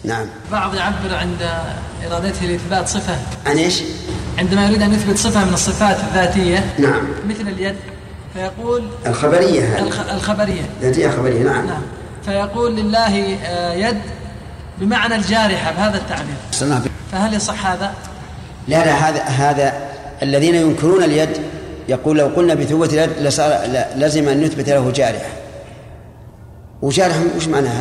نعم. بعض يعبر عند إرادته لإثبات صفة عن إيش؟ عندما يريد أن يثبت صفة من الصفات الذاتية. نعم. مثل اليد فيقول الخبرية، الخبرية ذاتية خبرية. نعم. نعم. فيقول لله يد بمعنى الجارحة بهذا التعبير، فهل يصح هذا؟ لا هذا الذين ينكرون اليد يقول لو قلنا بثبوت اليد لازم أن نثبت له جارحة. وجارحة وش معناها؟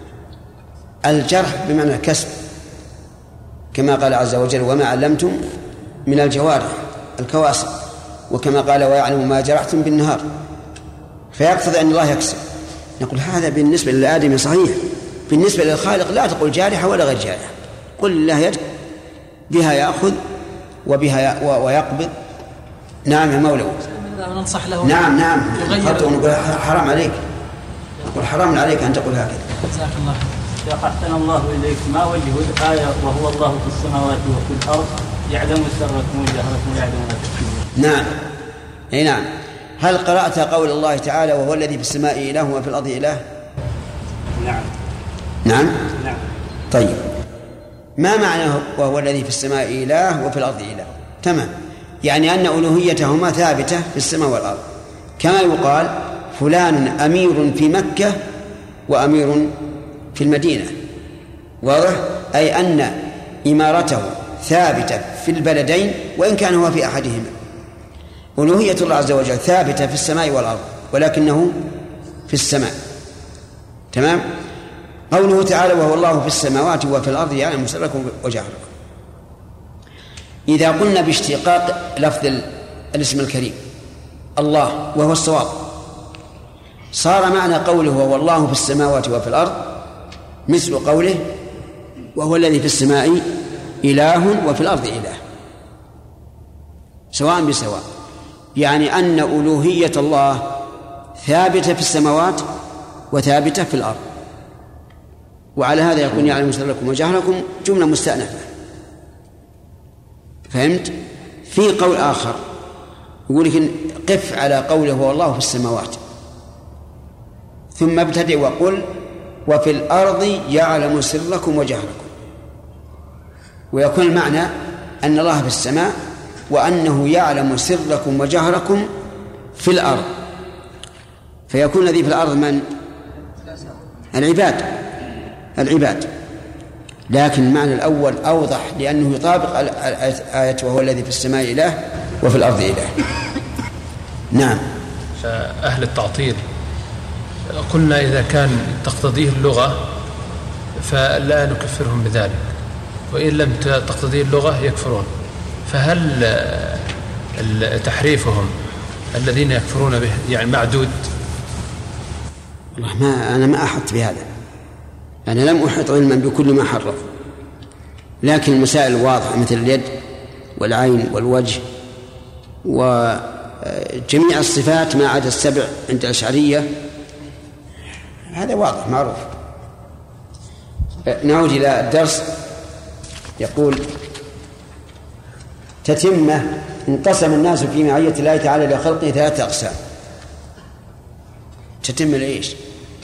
الجرح بمعنى الكسب، كما قال عز وجل وما علمتم من الجوارح الكواسب، وكما قال ويعلم ما جرحتم بالنهار، فيقصد أن الله يكسب. نقول هذا بالنسبة للآدمي صحيح، بالنسبة للخالق لا تقول جارحة ولا غير جارحة، قل الله يد بها يأخذ وبها ويقبض. نعم يا مولى. ننصح له. نعم نقول حرام عليك، قل حرام عليك أن تقول هكذا. جزاك الله خير. أحسن الله إليك. ما وجه الآية وهو الله في السماوات وفي الأرض يعلم سركم وجهركم ويعلم ما تكتمون؟ نعم. أي نعم. هل قرأت قول الله تعالى وهو الذي في السماء إله وفي الأرض إله؟ نعم. طيب ما معناه وهو الذي في السماء إله وفي الأرض إله؟ تمام، يعني أن ألوهيتهما ثابتة في السماء والأرض، كما يقال فلان أمير في مكة وأمير في المدينة، واضح؟ أي أن إمارته ثابتة في البلدين وإن كان هو في أحدهما. ألوهية الله عز وجل ثابتة في السماء والأرض ولكنه في السماء. تمام. قوله تعالى وهو الله في السماوات وفي الأرض يعلم سركم وجهركم، إذا قلنا باشتقاق لفظ الاسم الكريم الله وهو الصواب، صار معنى قوله وهو الله في السماوات وفي الأرض مثل قوله وهو الذي في السماء إله وفي الأرض إله، سواء بسواء، يعني أن ألوهية الله ثابتة في السماوات وثابتة في الأرض. وعلى هذا يكون يعلم سركم وجهركم جملة مستأنفة. فهمت؟ في قول آخر يقول لك قف على قوله هو الله في السماوات ثم ابتدئ وقل وفي الأرض يعلم سركم وجهركم، ويكون المعنى أن الله في السماء وأنه يعلم سركم وجهركم في الأرض، فيكون الذي في الأرض من؟ العباد. لكن المعنى الأول أوضح لأنه يطابق الآية وهو الذي في السماء إله وفي الأرض إله. نعم. أهل التعطيل قلنا إذا كان تقتضيه اللغة فلا نكفرهم بذلك، وإن لم تقتضيه اللغة يكفرون، فهل تحريفهم الذين يكفرون به يعني معدود؟ والله أنا ما أحط بهذا، أنا لم أحط علما بكل ما حرف، لكن المسائل واضحة مثل اليد والعين والوجه وجميع الصفات ما عدا السبع عند الأشعرية، هذا واضح معروف. نعود إلى الدرس. يقول تتمة انقسم الناس في معية الله تعالى لخلقه 3 أقسام. تتم لإيش؟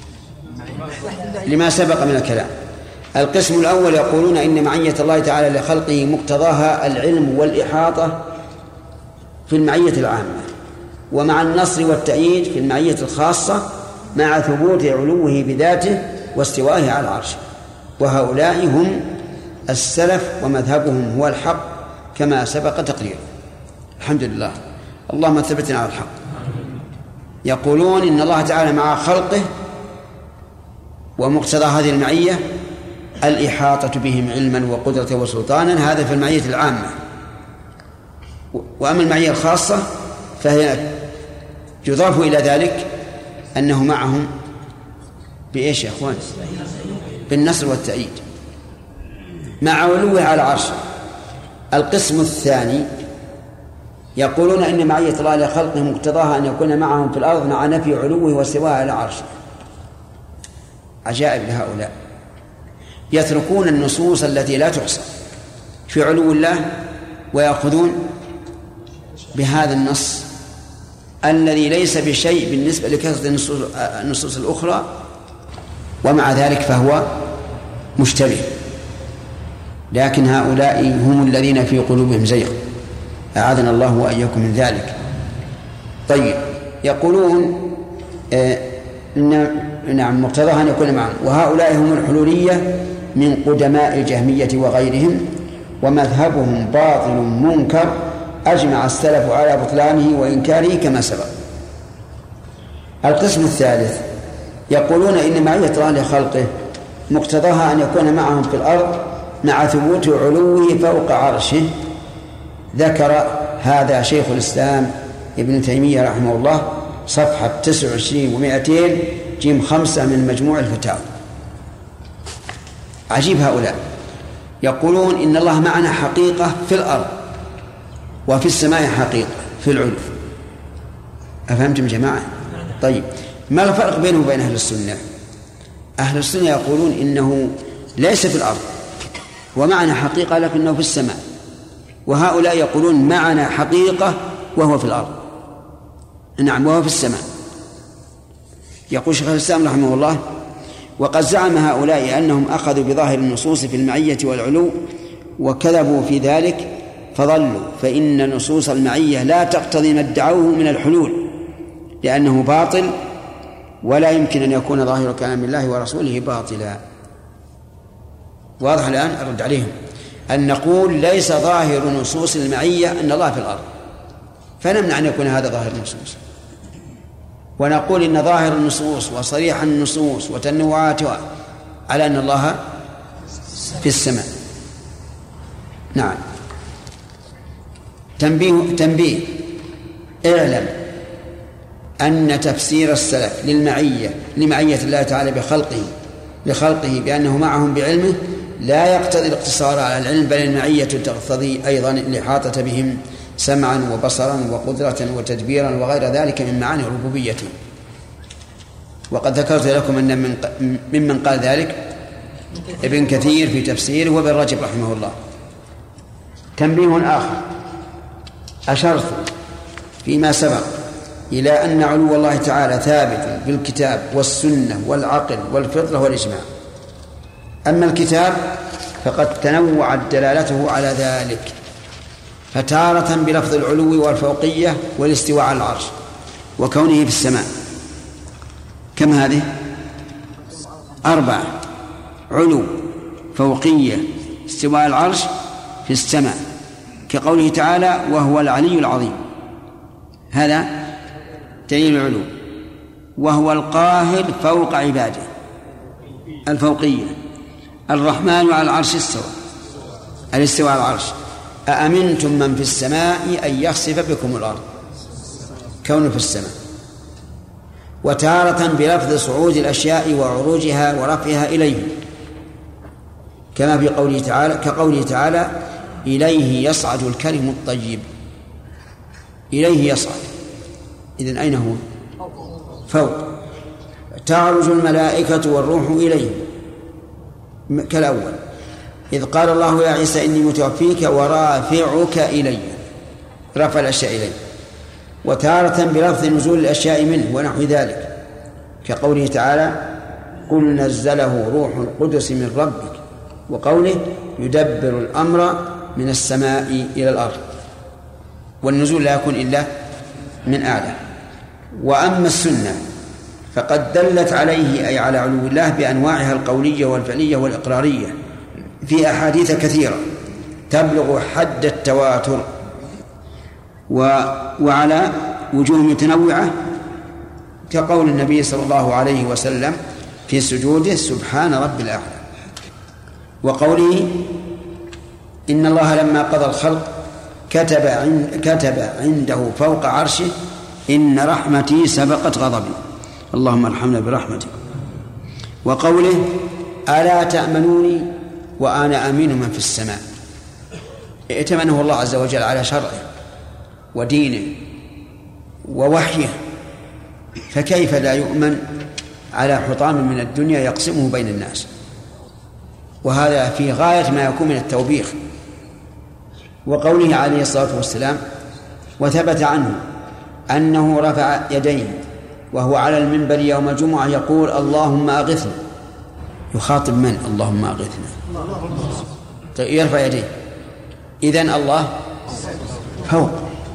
لما سبق من الكلام. القسم الأول يقولون إن معية الله تعالى لخلقه مقتضاها العلم والإحاطة في المعية العامة، ومع النصر والتأييد في المعية الخاصة، مع ثبوت علوه بذاته واستوائه على العرش. وهؤلاء هم السلف ومذهبهم هو الحق كما سبق تقريره. الحمد لله، اللهم ثبتنا على الحق. يقولون إن الله تعالى مع خلقه ومقتضى هذه المعية الإحاطة بهم علما وقدرة وسلطانا، هذا في المعية العامة. وأما المعية الخاصة فهي يضاف إلى ذلك أنه معهم بإيش يا أخوان؟ بالنصر والتأييد مع علوه على عرشه. القسم الثاني يقولون إن معية الله لخلقه مقتضاها أن يكون معهم في الأرض مع نفي علوه واستوائه على عرشه. عجائب لهؤلاء، يتركون النصوص التي لا تحصى في علو الله ويأخذون بهذا النص الذي ليس بشيء بالنسبة لكثرة النصوص الأخرى، ومع ذلك فهو مشتبه. لكن هؤلاء هم الذين في قلوبهم زيغ، أعاذنا الله وإياكم من ذلك. طيب، يقولون نعم مقتضاها أن يكون معهم، وهؤلاء هم الحلولية من قدماء الجهمية وغيرهم، ومذهبهم باطل منكر أجمع السلف على بطلانه وإنكاره كما سبق. القسم الثالث يقولون إن معية الله لخلقه مقتضاها أن يكون معهم في الأرض مع ثبوت علوه فوق عرشه. ذكر هذا شيخ الإسلام ابن تيمية رحمه الله صفحة 29 و200 جيم 5 من مجموع الفتاوى. عجيب هؤلاء، يقولون إن الله معنا حقيقة في الأرض وفي السماء حقيقة في العلو. أفهمتم جماعة؟ طيب، ما الفرق بينه وبين أهل السنة؟ أهل السنة يقولون إنه ليس في الأرض ومعنا حقيقة لكنه في السماء، وهؤلاء يقولون معنا حقيقة وهو في الأرض، نعم وهو في السماء. يقول شيخ الإسلام رحمه الله: وقد زعم هؤلاء أنهم أخذوا بظاهر النصوص في المعية والعلو وكذبوا في ذلك فضلوا، فإن نصوص المعية لا تقتضي ما ادعوه من الحلول لأنه باطل، ولا يمكن أن يكون ظاهر كلام الله ورسوله باطلا. واضح الآن؟ أرد عليهم أن نقول ليس ظاهر نصوص المعية أن الله في الأرض، فنمنع أن يكون هذا ظاهر النصوص، ونقول إن ظاهر النصوص وصريح النصوص وتنوعاتها على أن الله في السماء. نعم. تنبيه: اعلم أن تفسير السلف لمعية الله تعالى بخلقه بأنه معهم بعلمه لا يقتضي الاقتصار على العلم، بل المعية تقتضي أيضا الإحاطة بهم سمعا وبصرا وقدرة وتدبيرا وغير ذلك من معاني ربوبيته. وقد ذكرت لكم أن ممن قال ذلك ابن كثير في تفسيره وابن رجب رحمه الله. تنبيه آخر: أشرت فيما سبق إلى أن علو الله تعالى ثابت بالكتاب والسنة والعقل والفطرة والإجماع. أما الكتاب فقد تنوعت دلالته على ذلك، فتارة بلفظ العلو والفوقية والاستواء على العرش وكونه في السماء. كم هذه؟ 4: علو، فوقية، استواء العرش، في السماء، كقوله تعالى: وهو العلي العظيم، هذا دليل العلو. وهو القاهر فوق عباده، الفوقية. الرحمن على العرش استوى، الاستواء على العرش. أأمنتم من في السماء أن يخسف بكم الأرض، كونه في السماء. وتارة بلفظ صعود الأشياء وعروجها ورفعها إليه، كما في قوله تعالى كقوله تعالى: إليه يصعد الكلم الطيب. إليه يصعد، إذن أين هو؟ فوق. تعرج الملائكة والروح إليه كالأول، إذ قال الله: يا عيسى إني متوفيك ورافعك إلي، رفع الأشياء إليه. وتارة بلفظ نزول الأشياء منه ونحو ذلك، كقوله تعالى: قل نزله روح القدس من ربك، وقوله: يدبر الأمر من السماء إلى الأرض. والنزول لا يكون إلا من أعلى. وأما السنة فقد دلت عليه، أي على علو الله بأنواعها القولية والفعلية والإقرارية، في أحاديث كثيرة تبلغ حد التواتر، وعلى وجوه متنوعة، كقول النبي صلى الله عليه وسلم في سجوده: سبحان رب الأعلى، وقوله: إن الله لما قضى الخلق كتب عنده فوق عرشه: إن رحمتي سبقت غضبي، اللهم ارحمنا برحمتك. وقوله: ألا تأمنوني وأنا أمين من في السماء، ائتمنه الله عز وجل على شرعه ودينه ووحيه، فكيف لا يؤمن على حطام من الدنيا يقسمه بين الناس؟ وهذا في غاية ما يكون من التوبيخ. وقوله عليه الصلاة والسلام: وثبت عنه أنه رفع يديه وهو على المنبر يوم الجمعة يقول: اللهم أغثنا. يخاطب من؟ اللهم أغثنا. يرفع يديه. إذن الله فوق.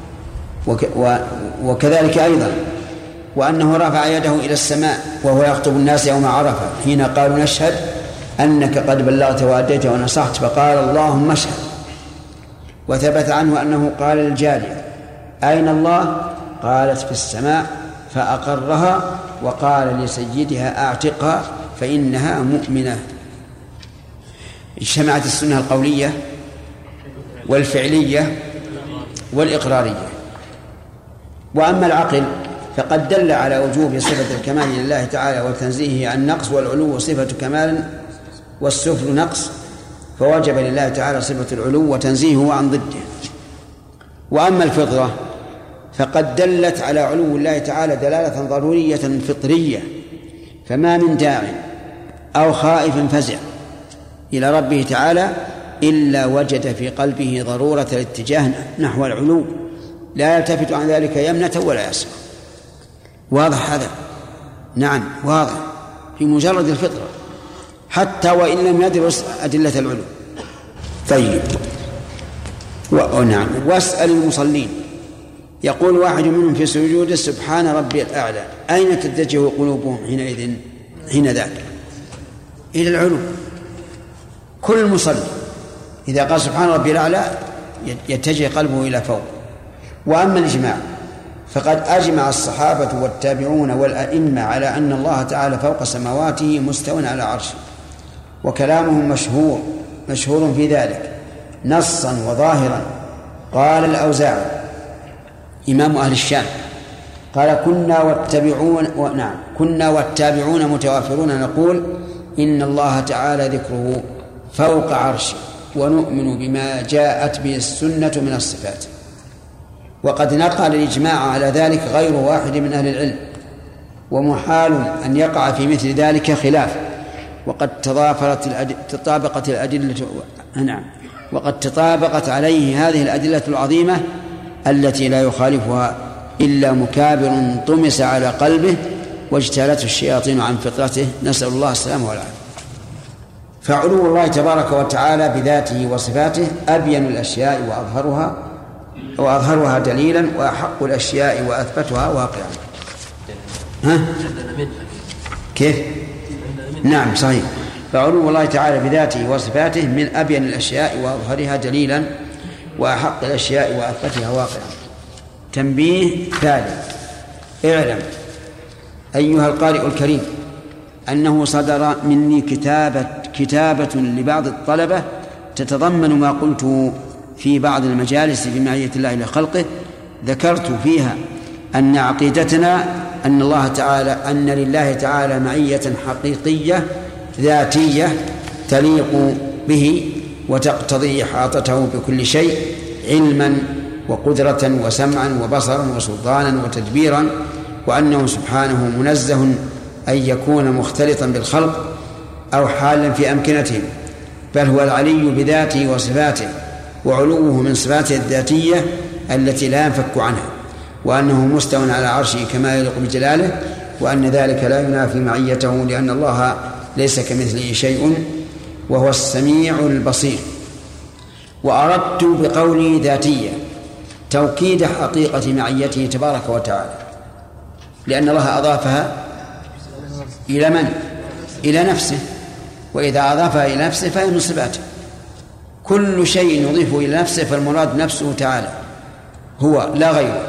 وكذلك أيضا وأنه رفع يده إلى السماء وهو يخطب الناس يوم عرفة حين قالوا نشهد أنك قد بلغت وأديت ونصحت، فقال اللهم اشهد. وثبت عنه أنه قال للجارية أين الله؟ قالت في السماء، فأقرها وقال لسيدها أعتقها فإنها مؤمنة. اجتمعت السنة القولية والفعلية والإقرارية. وأما العقل فقد دل على وجوب صفة الكمال لله تعالى وتنزيهه عن نقص، والعلو صفة كمال والسفل نقص، فوجب لله تعالى صفة العلو وتنزيهه عن ضده. وأما الفطرة فقد دلت على علو الله تعالى دلالة ضرورية فطرية، فما من داع أو خائف فزع إلى ربه تعالى إلا وجد في قلبه ضرورة الاتجاه نحو العلو، لا يلتفت عن ذلك يمنة ولا يسرى. واضح هذا؟ نعم واضح في مجرد الفطرة حتى وإن لم يدرس أدلة العلو. طيب نعم. واسأل المصلين، يقول واحد منهم في سجوده سبحان ربي الأعلى، أين تتجه قلوبهم حين ذاك؟ إلى العلو. كل مصلي إذا قال سبحان ربي الأعلى يتجه قلبه إلى فوق. وأما الإجماع فقد أجمع الصحابة والتابعون والأئمة على أن الله تعالى فوق سماواته مستوٍ على عرشه، وكلامهم مشهور في ذلك نصا وظاهرا. قال الأوزاعي إمام أهل الشام قال كنا والتابعون متوافرون نقول إن الله تعالى ذكره فوق عرشه، ونؤمن بما جاءت به السنة من الصفات. وقد نقل الإجماع على ذلك غير واحد من أهل العلم، ومحال أن يقع في مثل ذلك خلاف. وقد تطابقت الأدلة وقد تطابقت عليه هذه الأدلة العظيمة التي لا يخالفها إلا مكابر طمس على قلبه واجتالته الشياطين عن فطرته، نسأل الله السلامة والعافية. فعلو الله تبارك وتعالى بذاته وصفاته أبين الأشياء وأظهرها دليلا، وأحق الأشياء وأثبتها واقعا. كيف؟ نعم صحيح. فعلو الله تعالى بذاته وصفاته من أبين الأشياء وأظهرها دليلا، وأحق الأشياء وأثبتها واقعا. تنبيه ثالث: اعلم أيها القارئ الكريم أنه صدر مني كتابة لبعض الطلبة تتضمن ما قلته في بعض المجالس في معية الله لخلقه. ذكرت فيها أن عقيدتنا أن لله تعالى معية حقيقية ذاتية تليق به وتقتضي إحاطته بكل شيء علما وقدرة وسمعا وبصرا وسلطانا وتدبيرا، وأنه سبحانه منزه أن يكون مختلطا بالخلق أو حالا في أمكنتهم، بل هو العلي بذاته وصفاته، وعلوه من صفاته الذاتية التي لا ينفك عنها، وأنه مستوٍ على عرشه كما يليق بجلاله، وأن ذلك لا ينافي معيته، لأن الله ليس كمثله شيء وهو السميع البصير. وأردت بقولي ذاتية توكيد حقيقة معيته تبارك وتعالى، لأن الله أضافها إلى من؟ إلى نفسه، وإذا أضافها إلى نفسه فهي من صفاته. كل شيء يضيفه إلى نفسه فالمراد نفسه تعالى هو لا غيره.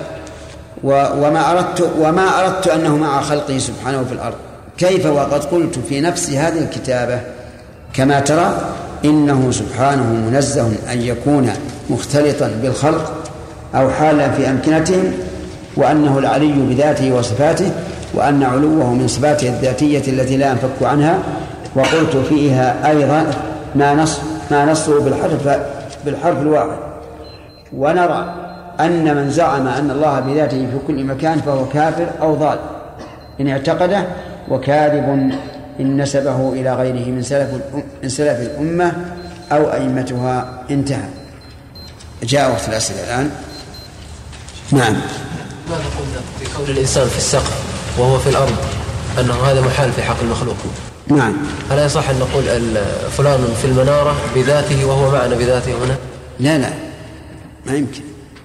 وما أردت أنه مع خلقه سبحانه في الأرض، كيف وقد قلت في نفس هذه الكتابة كما ترى إنه سبحانه منزه أن يكون مختلطا بالخلق أو حالا في أمكنتهم، وأنه العلي بذاته وصفاته، وأن علوه من صفاته الذاتية التي لا ينفك عنها. وقلت فيها أيضا ما نصه بالحرف الواحد. ونرى أن من زعم أن الله بذاته في كل مكان فهو كافر أو ضال إن اعتقده، وكاذب إن نسبه إلى غيره من سلف الأمة أو أئمتها. انتهى. جاء وقت الأسئلة الآن. نعم. ماذا قلنا في قول الإنسان في السقف وهو في الأرض أنه هذا محال في حق المخلوق؟ نعم. هل يصح أن نقول فلان في المنارة بذاته وهو معنا بذاته هنا؟ لا لا ما يمكن.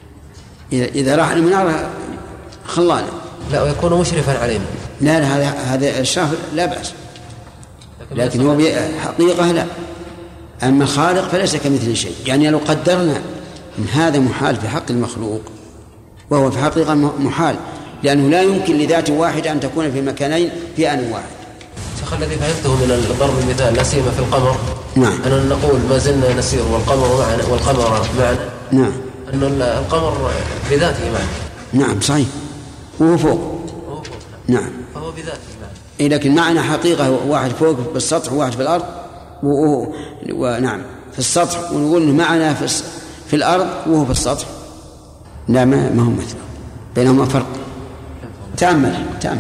إذا راح المنارة خلانه. لا ويكون مشرفا علينا. لا هذا الشرف لا بأس، لكن هو حقيقة لا. أما الخالق فليس كمثل شيء. يعني لو قدرنا أن هذا محال في حق المخلوق وهو في حقيقة محال، لأنه لا يمكن لذات واحدة أن تكون في مكانين في آن واحد. شيخ الذي فهمته من ضرب المثال لا سيما في القمر، نعم، أن نقول ما زلنا نسير والقمر معنا، نعم، أن القمر بذاته معنا. نعم صحيح، وهو فوق. نعم، فهو بذاته معنا. إيه لكن معنا حقيقة واحد فوق بالسطح وواحد في الأرض، ونعم في السطح، ونقول إنه معنا في الأرض وهو في السطح. لا ما هم مثله، بينهما فرق. تأمل.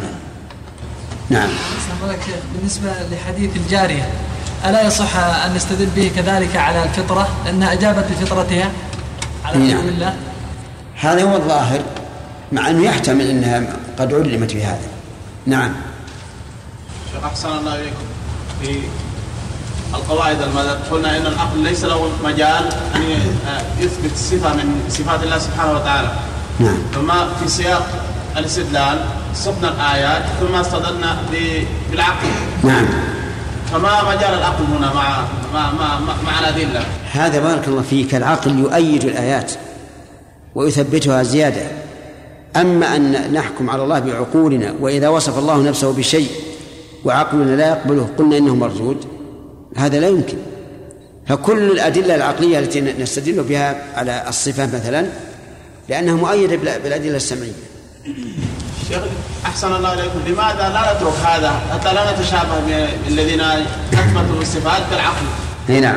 نعم. بالنسبة لحديث الجارية ألا يصح أن نستدل به كذلك على الفطرة لأنها أجابت بفطرتها على نعم. الله؟ هذا هو الظاهر، مع أنه يحتمل أنها قد علمت في هذا. نعم. شيخ أحسن الله إليكم، في القواعد المذهب قلنا إن العقل ليس له مجال أن يثبت صفة من صفات الله سبحانه وتعالى. نعم. ثم في سياق الاستدلال صفنا الآيات ثم استدلنا بالعقل. نعم. فما مجال العقل هنا مع الأدلة؟ هذا بارك الله فيك، العقل يؤيد الآيات ويثبتها زيادة. أما أن نحكم على الله بعقولنا، وإذا وصف الله نفسه بشيء وعقلنا لا يقبله قلنا إنه مردود، هذا لا يمكن. فكل الأدلة العقلية التي نستدل بها على الصفات مثلا لأنها مؤيدة بالأدلة السمعية. شيخ أحسن الله إليكم، لماذا لا نترك هذا حتى لا نتشابه بالذين أثبتوا الصفات بالعقل؟ نعم،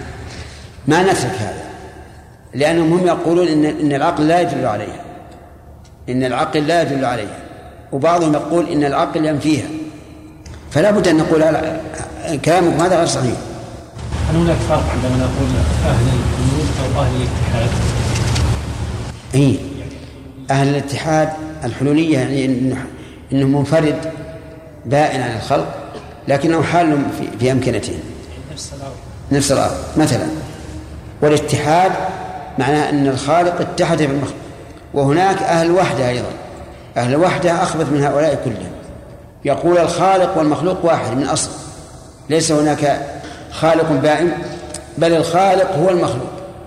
ما نترك هذا، لأنهم هم يقولون إن العقل لا يدل عليها، إن العقل لا يدل عليها، وبعضهم يقول إن العقل ينفيها. فلا بد أن نقول كلامكم هذا غير صحيح. هل هناك فرق عندما نقول أهل الحلول أو أهل الاتحاد؟ إيه، أهل الاتحاد الحلولية يعني إنه منفرد بائن عن الخلق لكنه حال في أمكنتهم نفس الأرض مثلا. والاتحاد معناه أن الخالق اتحد في المخلوق. وهناك أهل الوحدة أيضا، أهل الوحدة أخبث من هؤلاء كلهم، يقول الخالق والمخلوق واحد من أصل، ليس هناك خالق بائن بل الخالق هو المخلوق.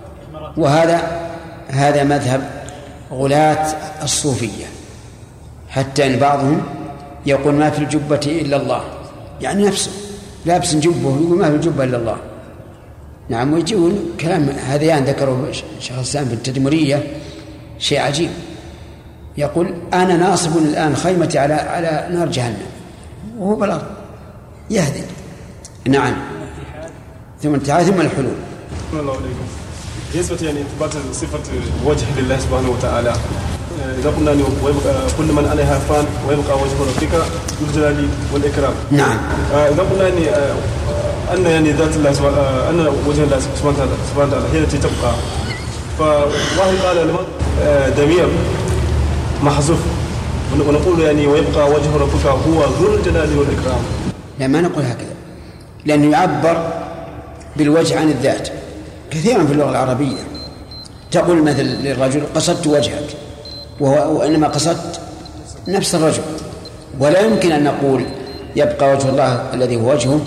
وهذا مذهب غلاة الصوفية، حتى أن بعضهم يقول ما في الجبة إلا الله، يعني نفسه لابس جبه يقول ما في الجبة إلا الله. نعم. ويجيون كلام هذيان ذكروا شيخ الإسلام في التدمرية شيء عجيب، يقول أنا ناصب الآن خيمتي على نار جهنم وهو بالأرض يهدي. نعم. ثم الاتحاد ثم الحلول. الله عليكم. يثبت يعني إثبات صفة وجه لله سبحانه وتعالى. إذا قلنا أن كل من عليها فان ويبقى وجه ربك ذو الجلال والإكرام. نعم. إذا قلنا أن يعني ذات الله أن وجه الله سبحانه وتعالى هي التي تبقى، فواحد قال ضمير محذوف ونقول يعني ويبقى وجه ربك هو ذو الجلال والإكرام. لا ما نقول هكذا، لأنه يعبر بالوجه عن الذات كثيرا في اللغة العربية. تقول مثل للرجل قصدت وجهك، وإنما قصدت نفس الرجل. ولا يمكن أن نقول يبقى وجه الله الذي هو وجهه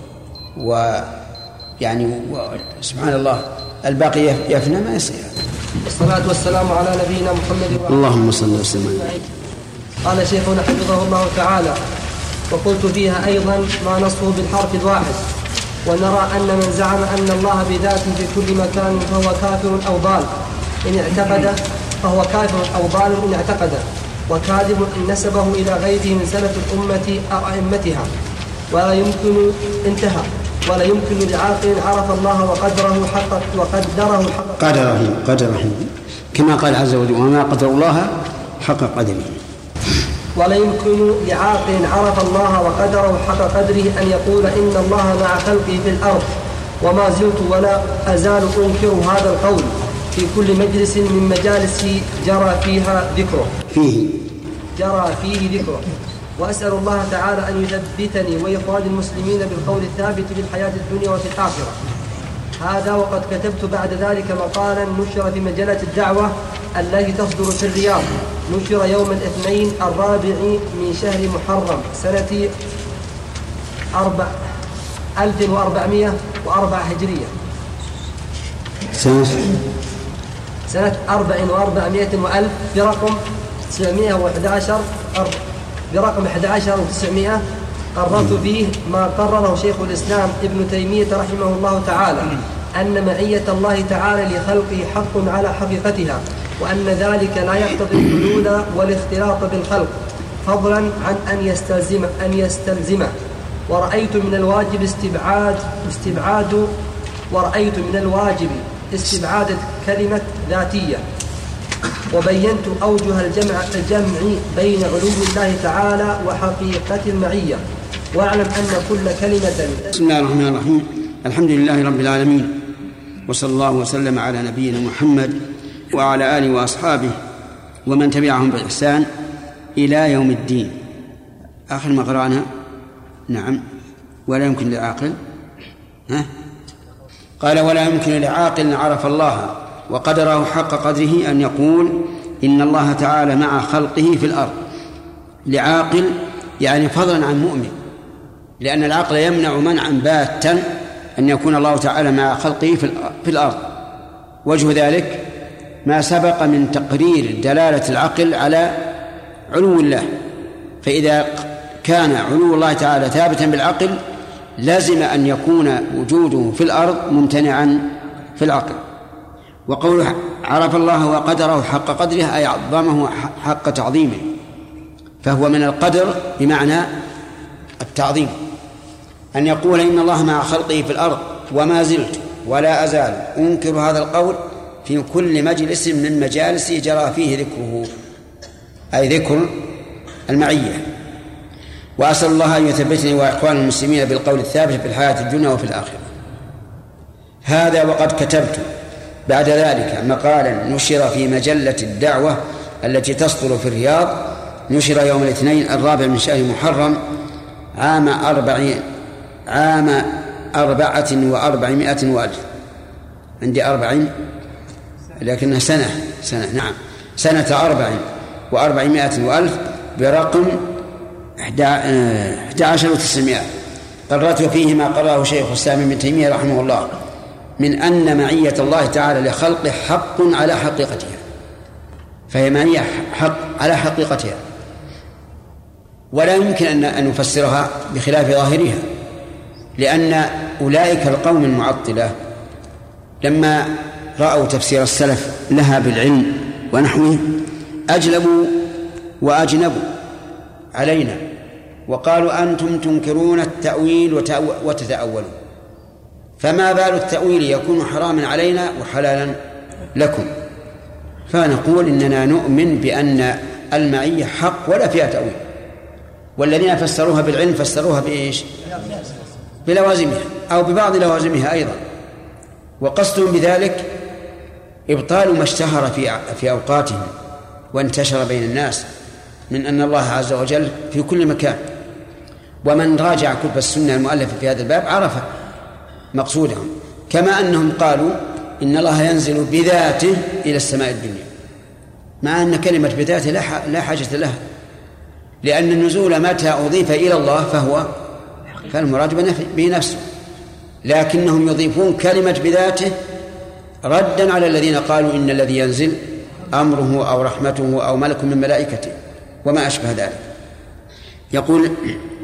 ويعني سبحان الله الباقي يفنى، ما يصير. والصلاة والسلام على نبينا محمد وعلى اللهم صل وسلم. قال شيخنا حفظه الله تعالى: وقلت فيها أيضا ما نصه بالحرف الواحد، ونرى أن من زعم أن الله بذاته في كل مكان فهو كافر أو ضال إن اعتقد، فهو كافر أو ضال إن اعتقد، وكاذب إن نسبه إلى غيره من سلف الأمة أو أئمتها، ولا يمكن انتهى ولا يمكن لعاقل عرف الله وقدره حق قدره كما قال عز وجل: وما قدر الله حق قدره. ولا يمكن لعاقل عرف الله وقدره حق قدره أن يقول إن الله مع خلقه في الأرض، وما زلت ولا أزال أنكر هذا القول في كل مجلس من مجالس جرى فيه ذكره. وأسأل الله تعالى أن يثبتني وإخوان المسلمين بالقول الثابت في الحياة الدنيا وفي الآخرة. هذا وقد كتبت بعد ذلك مقالا نشر في مجلة الدعوة التي تصدر في الرياض، نشر يوم الاثنين 4 من شهر محرم سنة 1404 هجرية، سنة 4400 وألف برقم 911 برقم 11900. قررت فيه ما قرره شيخ الإسلام ابن تيمية رحمه الله تعالى، أن معية الله تعالى لخلقه حق على حقيقتها، وأن ذلك لا يقتضي الحلول والاختلاط بالخلق، فضلا عن أن يستلزمه. ورأيت من الواجب استبعاد كلمة ذاتية، وبينت أوجه الجمع بين علو الله تعالى وحقيقة المعية. واعلم أن كل كلمة. بسم الله الرحمن الرحيم. الحمد لله رب العالمين، وصلى الله وسلم على نبينا محمد وعلى آله وأصحابه ومن تبعهم بإحسان إلى يوم الدين. آخر ما قرأنا نعم. ولا يمكن لعاقل قال ولا يمكن لعاقل عرف الله وقدره حق قدره أن يقول إن الله تعالى مع خلقه في الأرض. لعاقل يعني فضلا عن مؤمن، لأن العقل يمنع منعا باتا أن يكون الله تعالى مع خلقه في الأرض. وجه ذلك ما سبق من تقرير دلالة العقل على علو الله، فإذا كان علو الله تعالى ثابتا بالعقل لازم أن يكون وجوده في الأرض ممتنعا في العقل. وقوله عرف الله وقدره حق قدره أي عظمه حق تعظيمه، فهو من القدر بمعنى التعظيم، أن يقول إن الله مع خلقه في الأرض وما زلت ولا أزال أنكر هذا القول في كل مجلس من مجالس جرى فيه ذكره، أي ذكر المعية. وأسأل الله أن يثبتني وإخوان المسلمين بالقول الثابت في الحياة الدنيا وفي الآخرة. هذا وقد كتبت بعد ذلك مقالا نشر في مجلة الدعوة التي تصدر في الرياض، نشر يوم الاثنين 4 من شهر محرم عام 400 وألف. عندي 40 لكنها سنة نعم، سنة 400 وألف برقم 11,900. قررت فيه ما قرره شيخ الإسلام ابن تيمية رحمه الله من أن معية الله تعالى لخلقه حق على حقيقتها، فهي معية حق على حقيقتها، ولا يمكن أن نفسرها بخلاف ظاهرها، لأن أولئك القوم المعطلة لما رأوا تفسير السلف لها بالعلم ونحوه أجلبوا وأجنبوا علينا وقالوا أنتم تنكرون التأويل وتتأولون، فما بال التأويل يكون حراما علينا وحلالا لكم؟ فنقول إننا نؤمن بأن المعية حق ولا فيها تأويل، والذين فسروها بالعلم فسروها بإيش؟ بلوازمها أو ببعض لوازمها أيضا، وقصدهم بذلك إبطال ما اشتهر في أوقاتهم وانتشر بين الناس من أن الله عز وجل في كل مكان. ومن راجع كتب السنة المؤلفة في هذا الباب عرف مقصودهم، كما أنهم قالوا إن الله ينزل بذاته إلى السماء الدنيا، مع أن كلمة بذاته لا حاجة لها، لأن النزول متى أضيف إلى الله فالمراد به نفسه، لكنهم يضيفون كلمة بذاته ردا على الذين قالوا إن الذي ينزل أمره أو رحمته أو ملك من ملائكته وما أشبه ذلك. يقول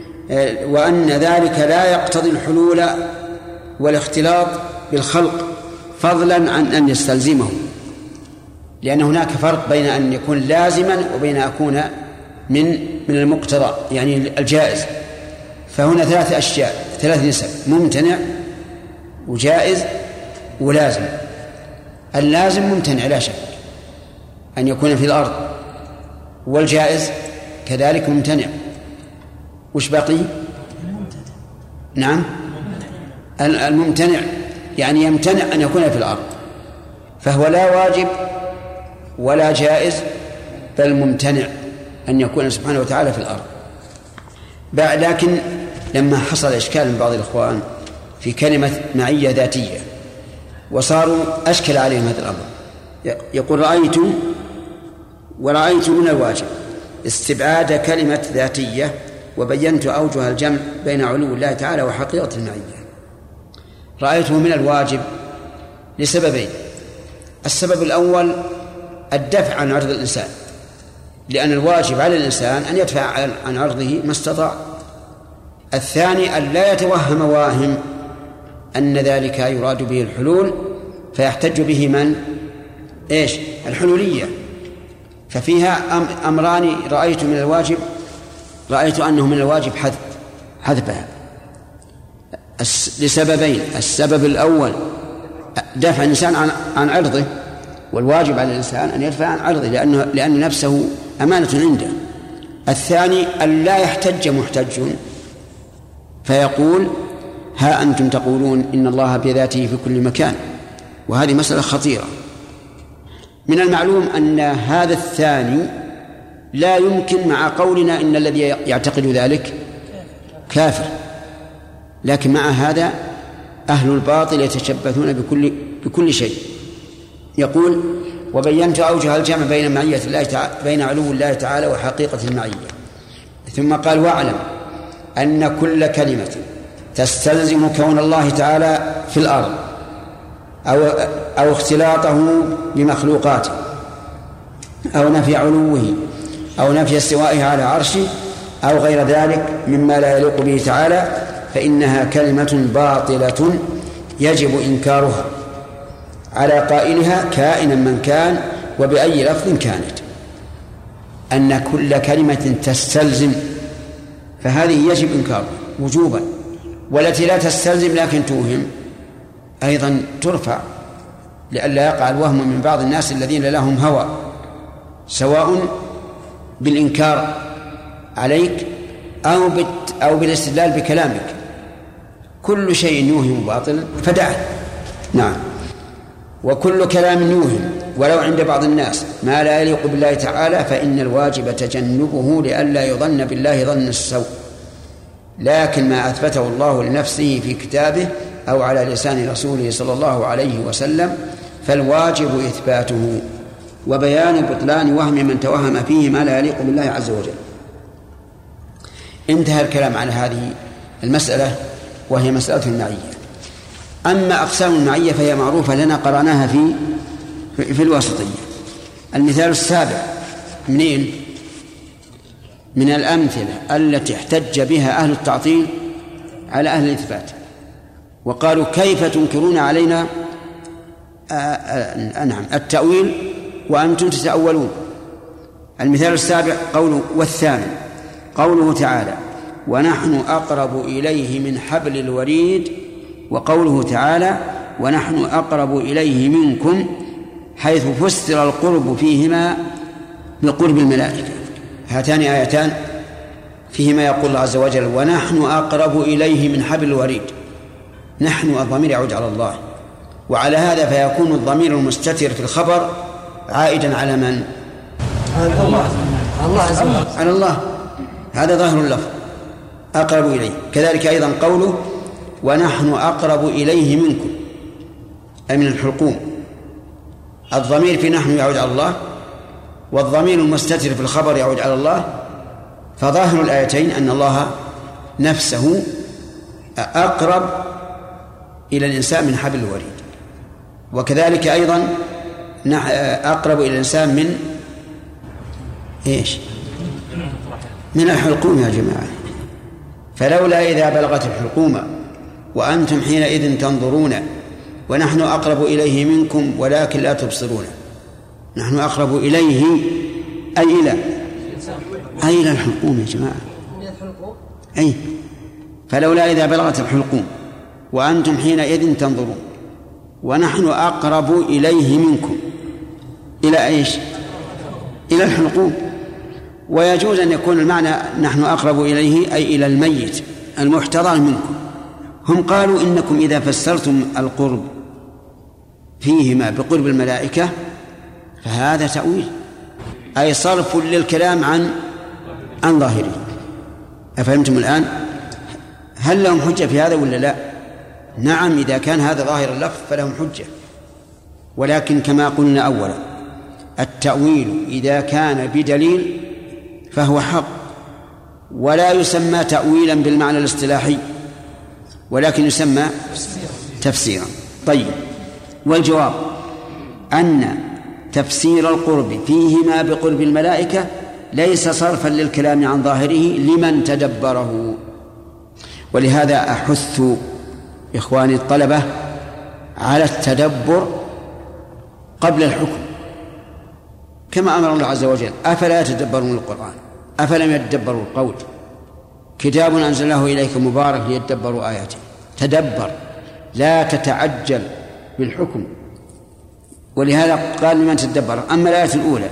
وأن ذلك لا يقتضي الحلول والاختلاط بالخلق فضلا عن أن يستلزمه، لأن هناك فرق بين أن يكون لازما وبين أن يكون من المقتضى يعني الجائز. فهنا 3 أشياء 3 نسب: ممتنع وجائز ولازم. اللازم ممتنع لا شك أن يكون في الأرض، والجائز كذلك ممتنع. وش بقي؟ نعم، الممتنع يعني يمتنع أن يكون في الأرض، فهو لا واجب ولا جائز بل ممتنع أن يكون سبحانه وتعالى في الأرض. لكن لما حصل إشكال من بعض الإخوان في كلمة معية ذاتية وصاروا أشكل عليهم هذا الأمر، يقول ورأيت من الواجب استبعاد كلمة ذاتية وبينت أوجه الجمع بين علو الله تعالى وحقيقة المعية. رأيته من الواجب لسببين: السبب الأول الدفع عن عرض الإنسان، لأن الواجب على الإنسان أن يدفع عن عرضه ما استطاع. الثاني أن لا يتوهم واهم أن ذلك يراد به الحلول فيحتج به من؟ الحلولية. ففيها أمران رأيت من الواجب، رأيت أنه من الواجب حذفها لسببين: السبب الأول دفع الإنسان عن عرضه، والواجب على الإنسان أن يدفع عن عرضه لأن نفسه أمانة عنده. الثاني أن لا يحتج محتج فيقول ها أنتم تقولون إن الله بذاته في كل مكان، وهذه مسألة خطيرة. من المعلوم أن هذا الثاني لا يمكن مع قولنا إن الذي يعتقد ذلك كافر، لكن مع هذا أهل الباطل يتشبثون بكل شيء. يقول وبينت أوجه الجمع بين معية الله بين علو الله تعالى وحقيقة المعية. ثم قال واعلم أن كل كلمة تستلزم كون الله تعالى في الأرض أو اختلاطه بمخلوقاته أو نفي علوه أو نفي استوائه على عرشه أو غير ذلك مما لا يليق به تعالى فإنها كلمة باطلة يجب إنكارها على قائلها كائنا من كان وبأي لفظ كانت. أن كل كلمة تستلزم فهذه يجب إنكارها وجوبا، والتي لا تستلزم لكن توهم أيضا ترفع، لئلا يقع الوهم من بعض الناس الذين لهم هوى، سواء بالإنكار عليك أو بالاستدلال بكلامك. كل شيء يوهم باطلا فدعه. نعم. وكل كلام يوهم ولو عند بعض الناس ما لا يليق بالله تعالى فإن الواجب تجنبه لئلا يظن بالله ظن السوء، لكن ما أثبته الله لنفسه في كتابه أو على لسان رسوله صلى الله عليه وسلم فالواجب إثباته وبيان بطلان وهم من توهم فيه ما لا يليق بالله عز وجل. انتهى الكلام على هذه المسألة وهي مسألة المعية. أما أقسام المعية فهي معروفة لنا، قرأناها في الواسطية. المثال السابع من الأمثلة التي احتج بها أهل التعطيل على أهل الإثبات وقالوا كيف تنكرون علينا التأويل وأنتم تتأولون. المثال السابع والثامن قوله تعالى ونحن أقرب إليه من حبل الوريد، وقوله تعالى ونحن أقرب إليه منكم، حيث فسر القرب فيهما بقرب الملائكة. هاتان آيتان فيهما يقول الله عز وجل ونحن أقرب إليه من حبل الوريد. نحن الضمير يعود على الله، وعلى هذا فيكون الضمير المستتر في الخبر عائدا على من؟ على الله. هذا ظاهر اللفظ أقرب إليه. كذلك أيضا قوله ونحن أقرب إليه منكم أي من الحلقوم. الضمير في نحن يعود على الله، والضمير المستتر في الخبر يعود على الله، فظاهر الآيتين أن الله نفسه أقرب إلى الإنسان من حبل الوريد. وكذلك أيضا أقرب إلى الإنسان من من الحلقوم يا جماعة. فلولا إذا بلغت الحلقوم وأنتم حينئذ تنظرون ونحن أقرب إليه منكم ولكن لا تبصرون. نحن أقرب إليه أي إلى الحلقوم يا جماعة. أي فلولا إذا بلغت الحلقوم وأنتم حينئذ تنظرون ونحن أقرب إليه منكم إلى إلى الحلقوم. ويجوز أن يكون المعنى نحن أقرب إليه أي إلى الميت المحتضر منكم. هم قالوا إنكم إذا فسرتم القرب فيهما بقرب الملائكة فهذا تأويل، أي صرف للكلام عن ظاهره. أفهمتم الآن؟ هل لهم حجة في هذا ولا لا؟ نعم، إذا كان هذا ظاهر اللفظ فلهم حجة، ولكن كما قلنا أولا التأويل إذا كان بدليل فهو حق، ولا يسمى تأويلا بالمعنى الاصطلاحي، ولكن يسمى تفسيرا. طيب، والجواب أن تفسير القرب فيهما بقرب الملائكة ليس صرفا للكلام عن ظاهره لمن تدبره. ولهذا أحث إخواني الطلبة على التدبر قبل الحكم، كما أمر الله عز وجل: أفلا يتدبرون القرآن أفلم يتدبروا القول كتاب أنزلناه إليك مبارك ليتدبروا آياته. تدبر، لا تتعجل بالحكم. ولهذا قال لمن تدبر. أما الآية الأولى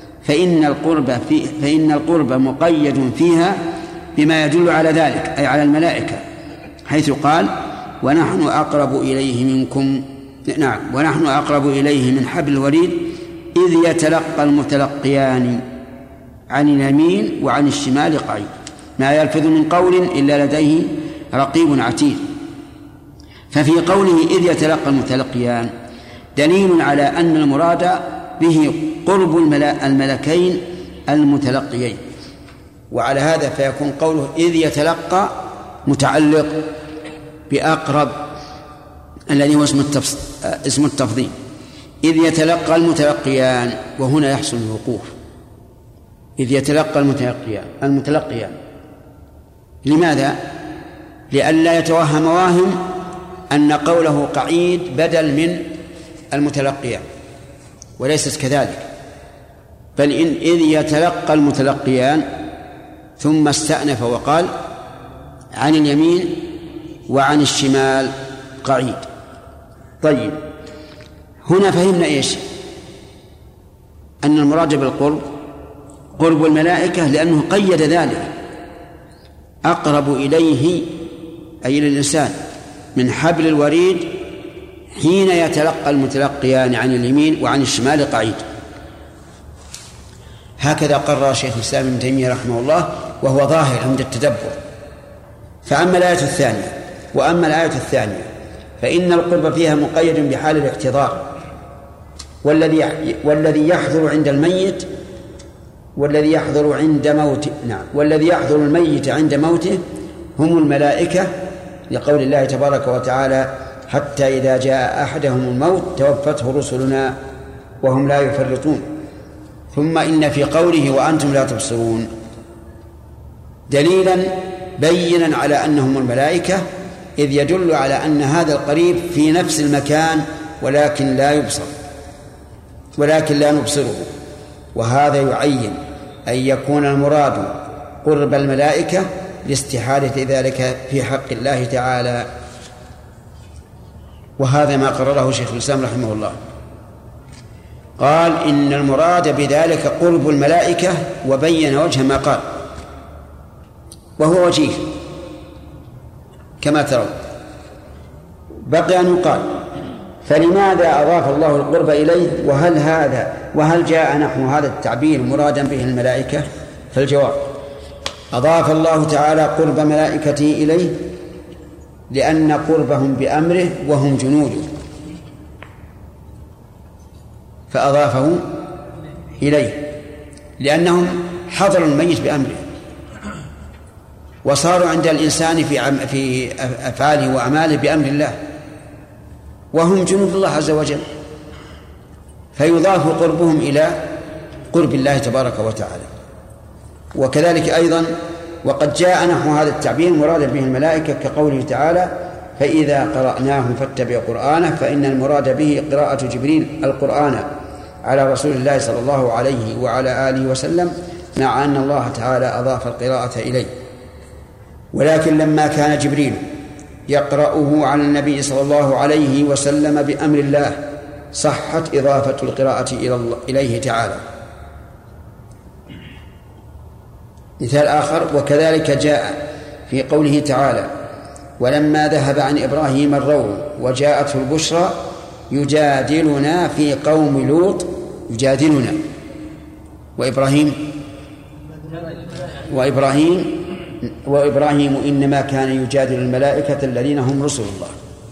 فإن القرب مقيد فيها بما يدل على ذلك، أي على الملائكة، حيث قال: ونحن أقرب إليه منكم، نعم، ونحن أقرب إليه من حبل الوريد إذ يتلقى المتلقيان عن اليمين وعن الشمال قعيد، ما يلفظ من قول إلا لديه رقيب عتيد. ففي قوله إذ يتلقى المتلقيان دليل على أن المراد به قرب الملكين المتلقيين، وعلى هذا فيكون قوله إذ يتلقى متعلق بأقرب الذي هو اسم التفضيل. إذ يتلقى المتلقيان، وهنا يحصل الوقوف. إذ يتلقى المتلقيان لماذا؟ لئلا يتوهم واهم أن قوله قعيد بدل من المتلقيان، وليست كذلك، بل إذ يتلقى المتلقيان، ثم استأنف وقال: عن اليمين وعن الشمال قعيد. طيب، هنا فهمنا إيش؟ أن المراد بالقرب قرب الملائكة، لأنه قيد ذلك: أقرب إليه أي إلى الإنسان من حبل الوريد حين يتلقى المتلقيان عن اليمين وعن الشمال قعيد. هكذا قرر شيخ الإسلام ابن تيمية رحمه الله، وهو ظاهر عند التدبر. فأما الآية الثانية فإن القرب فيها مقيد بحال الاحتضار، والذي يحضر عند الميت والذي يحضر الميت عند موته هم الملائكة، لقول الله تبارك وتعالى: حتى إذا جاء أحدهم الموت توفته رسلنا وهم لا يفرطون. ثم إن في قوله وأنتم لا تبصرون دليلا بينا على أنهم الملائكة، إذ يدل على أن هذا القريب في نفس المكان ولكن لا نبصره. وهذا يعين أن يكون المراد قرب الملائكة لاستحالة ذلك في حق الله تعالى، وهذا ما قرره شيخ الإسلام رحمه الله. قال: إن المراد بذلك قرب الملائكة، وبين وجه ما قال، وهو وجيه كما ترون. بقي أن يقال: فلماذا أضاف الله القرب إليه؟ وهل جاء نحو هذا التعبير مرادا به الملائكة؟ فالجواب: أضاف الله تعالى قرب ملائكته إليه لأن قربهم بأمره وهم جنوده، فأضافه إليه لأنهم حضروا الميت بأمره، وصاروا عند الإنسان في أفعاله وأعماله بأمر الله، وهم جنود الله عز وجل، فيضاف قربهم إلى قرب الله تبارك وتعالى. وكذلك أيضا وقد جاء نحو هذا التعبير مرادا به الملائكة، كقوله تعالى: فإذا قرأناه فاتبع قرآنه، فإن المراد به قراءة جبريل القرآن على رسول الله صلى الله عليه وعلى آله وسلم، مع أن الله تعالى أضاف القراءة إليه. ولكن لما كان جبريل يقرأه على النبي صلى الله عليه وسلم بأمر الله صحت إضافة القراءة إليه تعالى. مثال آخر: وكذلك جاء في قوله تعالى: ولما ذهب عن إبراهيم الروع وجاءته البشرى يجادلنا في قوم لوط. يجادلنا، وإبراهيم وإبراهيم إنما كان يجادل الملائكة الذين هم رسل الله.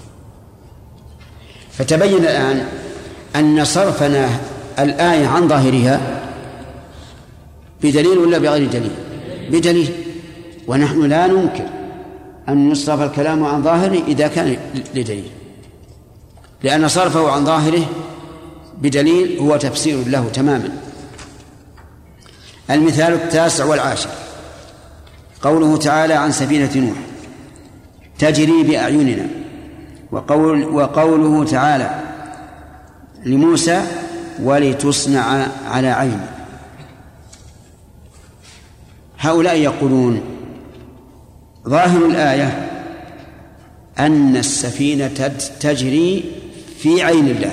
فتبين الآن أن صرفنا الآية عن ظاهرها بدليل ولا بغير دليل؟ بدليل. ونحن لا ننكر أن يصرف الكلام عن ظاهره إذا كان لدليل، لأن صرفه عن ظاهره بدليل هو تفسير له تماما. المثال 19 والعاشر قوله تعالى عن سفينة نوح تجري بأعيننا، وقوله تعالى لموسى ولتصنع على عيني. هؤلاء يقولون ظاهر الآية أن السفينة تجري في عين الله،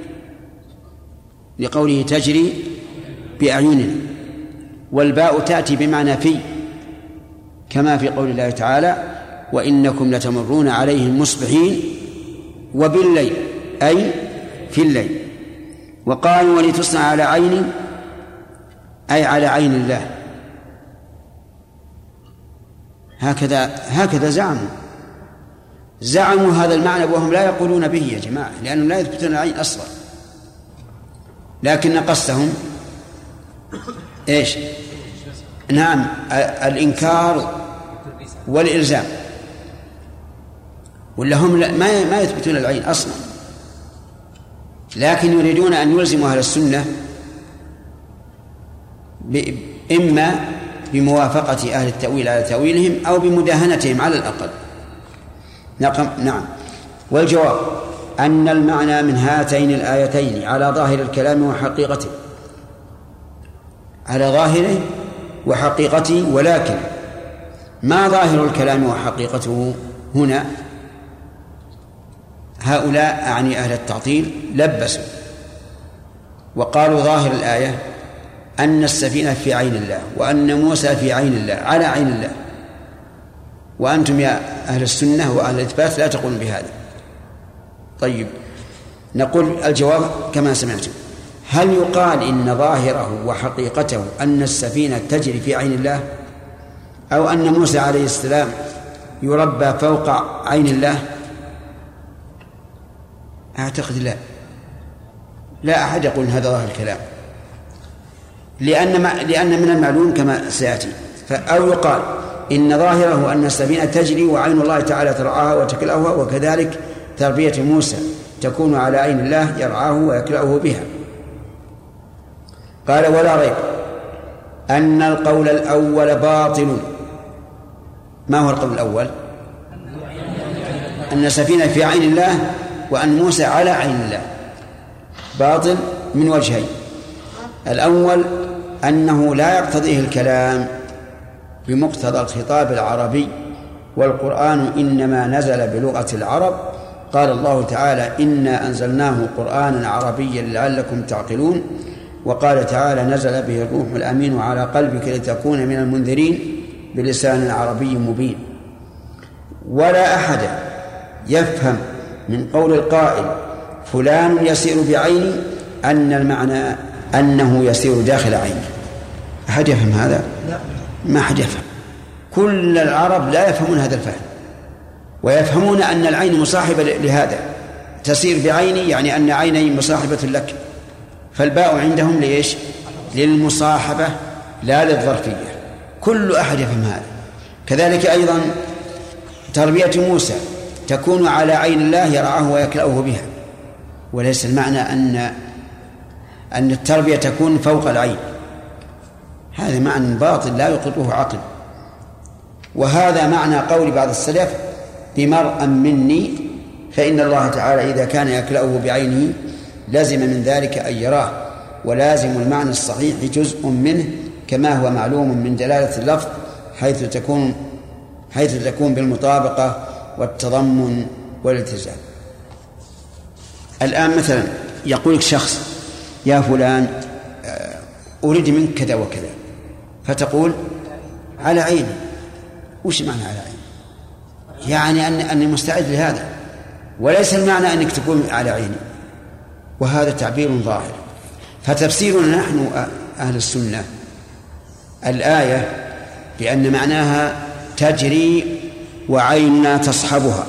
لقوله تجري بأعيننا، والباء تأتي بمعنى في، كما في قول الله تعالى وإنكم لتمرون عليهم مصبحين وبالليل أي في الليل. وقالوا ولتصنع على عيني أي على عين الله. هكذا زعموا هذا المعنى وهم لا يقولون به يا جماعة، لأنهم لا يثبتون العين أصلا، لكن قصدهم إيش؟ نعم، الإنكار والإلزام، ولا هم ما يثبتون العين أصلا، لكن يريدون أن يلزموا أهل السنة إما بموافقة أهل التأويل على تأويلهم أو بمداهنتهم على الأقل. نعم. والجواب أن المعنى من هاتين الآيتين على ظاهر الكلام وحقيقته، على ظاهره وحقيقته، ولكن ما ظاهر الكلام وحقيقته هنا؟ هؤلاء أعني أهل التعطيل لبسوا وقالوا ظاهر الآية أن السفينة في عين الله، وأن موسى في عين الله على عين الله، وأنتم يا أهل السنة وأهل الإثبات لا تقولون بهذا. طيب، نقول الجواب كما سمعتم. هل يقال إن ظاهره وحقيقته أن السفينة تجري في عين الله، أو أن موسى عليه السلام يربى فوق عين الله؟ أعتقد لا أحد يقول هذا ظاهر الكلام، لأن من المعلوم كما سيأتي. أو يقال إن ظاهره أن السفينة تجري وعين الله تعالى ترعاها وتكلأها، وكذلك تربية موسى تكون على عين الله يرعاه ويكلأه بها. قال ولا ريب أن القول الأول باطل. ما هو القول الأول؟ أن السفينة في عين الله وأن موسى على عين الله باطل من وجهين. الأول أنه لا يقتضيه الكلام بمقتضى الخطاب العربي، والقرآن إنما نزل بلغة العرب. قال الله تعالى إنا أنزلناه قرآنا عربيا لعلكم تعقلون، وقال تعالى نزل به الروح الأمين على قلبك لتكون من المنذرين بلسان عربي مبين. ولا أحد يفهم من قول القائل فلان يسير بعيني أن المعنى أنه يسير داخل عينه. أحد يفهم هذا؟ ما أحد يفهم. كل العرب لا يفهمون هذا الفهم، ويفهمون أن العين مصاحبة لهذا، تسير بعيني يعني أن عيني مصاحبة لك، فالباء عندهم ليش؟ للمصاحبة لا للظرفية. كل أحد يفهم هذا. كذلك أيضا تربية موسى تكون على عين الله يرعاه ويكلأه بها، وليس المعنى أن التربية تكون فوق العين. هذا معنى باطل لا يقره عقل. وهذا معنى قول بعض السلف بمرء مني، فإن الله تعالى إذا كان يكلأه بعينه لازم من ذلك أن يراه، ولازم المعنى الصحيح جزء منه، كما هو معلوم من دلالة اللفظ حيث تكون بالمطابقة والتضمن والالتزام. الآن مثلا يقول لك شخص يا فلان أريد منك كذا وكذا، فتقول على عيني. وش معنى على عيني؟ يعني أني مستعد لهذا، وليس المعنى أنك تكون على عيني. وهذا تعبير ظاهر. فتفسيرنا نحن أهل السنة الآية بأن معناها تجري وعيننا تصحبها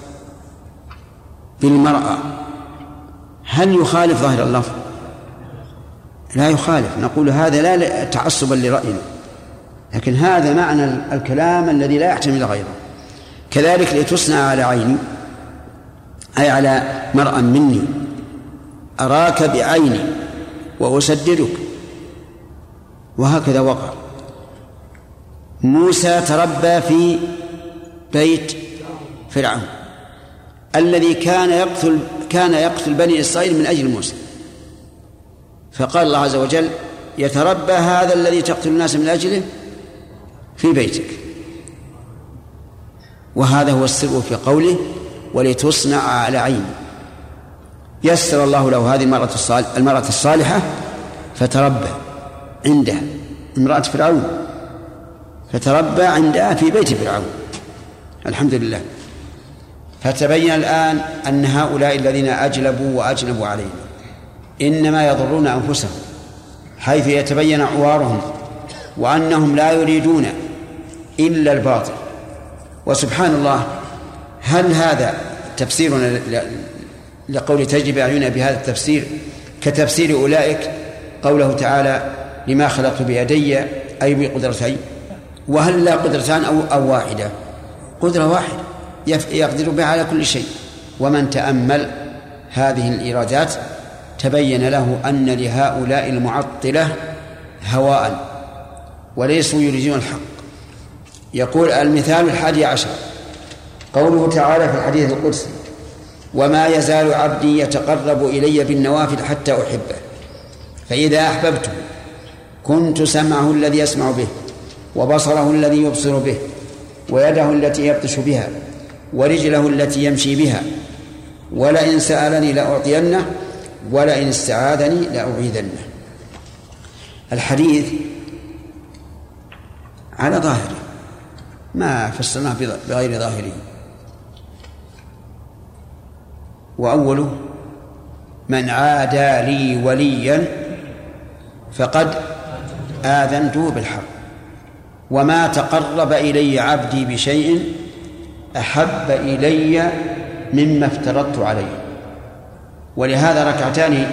بالمرأة، هل يخالف ظاهر اللفظ؟ لا يخالف، نقول هذا لا تعصبا لرأينا، لكن هذا معنى الكلام الذي لا يحتمل غيره. كذلك لتصنع على عيني أي على مرأى مني، أراك بعيني وأسددك، وهكذا وقع. موسى تربى في بيت فرعون الذي كان يقتل بني إسرائيل من أجل موسى، فقال الله عز وجل يتربى هذا الذي تقتل الناس من أجله في بيتك. وهذا هو السر في قوله ولتصنع على عيني. يسر الله له هذه المرأة الصالحة فتربى عندها، امرأة فرعون فتربى عندها في بيت فرعون، الحمد لله. فتبين الآن أن هؤلاء الذين أجلبوا وأجلبوا علينا إنما يضرون أنفسهم، حيث يتبين عوارهم وأنهم لا يريدون إلا الباطل. وسبحان الله، هل هذا تفسيرنا لقول تجري بأعيننا بهذا التفسير كتفسير أولئك قوله تعالى لما خلقت بيدي أي بقدرتين؟ وهل لا قدرتان أو واحدة؟ قدرة واحدة يقدر بها على كل شيء. ومن تأمل هذه الإيرادات تبين له أن لهؤلاء المعطلة هواء وليسوا يريدون الحق. يقول المثال 11 قوله تعالى في الحديث القدسي وما يزال عبدي يتقرب إلي بالنوافل حتى أحبه فإذا أحببته كنت سمعه الذي يسمع به وبصره الذي يبصر به ويده التي يبطش بها ورجله التي يمشي بها ولئن سألني لأعطينه ولئن استعاذني لأعيذنه. الحديث على ظاهره ما فسرناه بغير ظاهره. وأوله من عادى لي وليا فقد آذنته بالحق وما تقرب إلي عبدي بشيء أحب إلي مما افترضت عليه. ولهذا ركعتان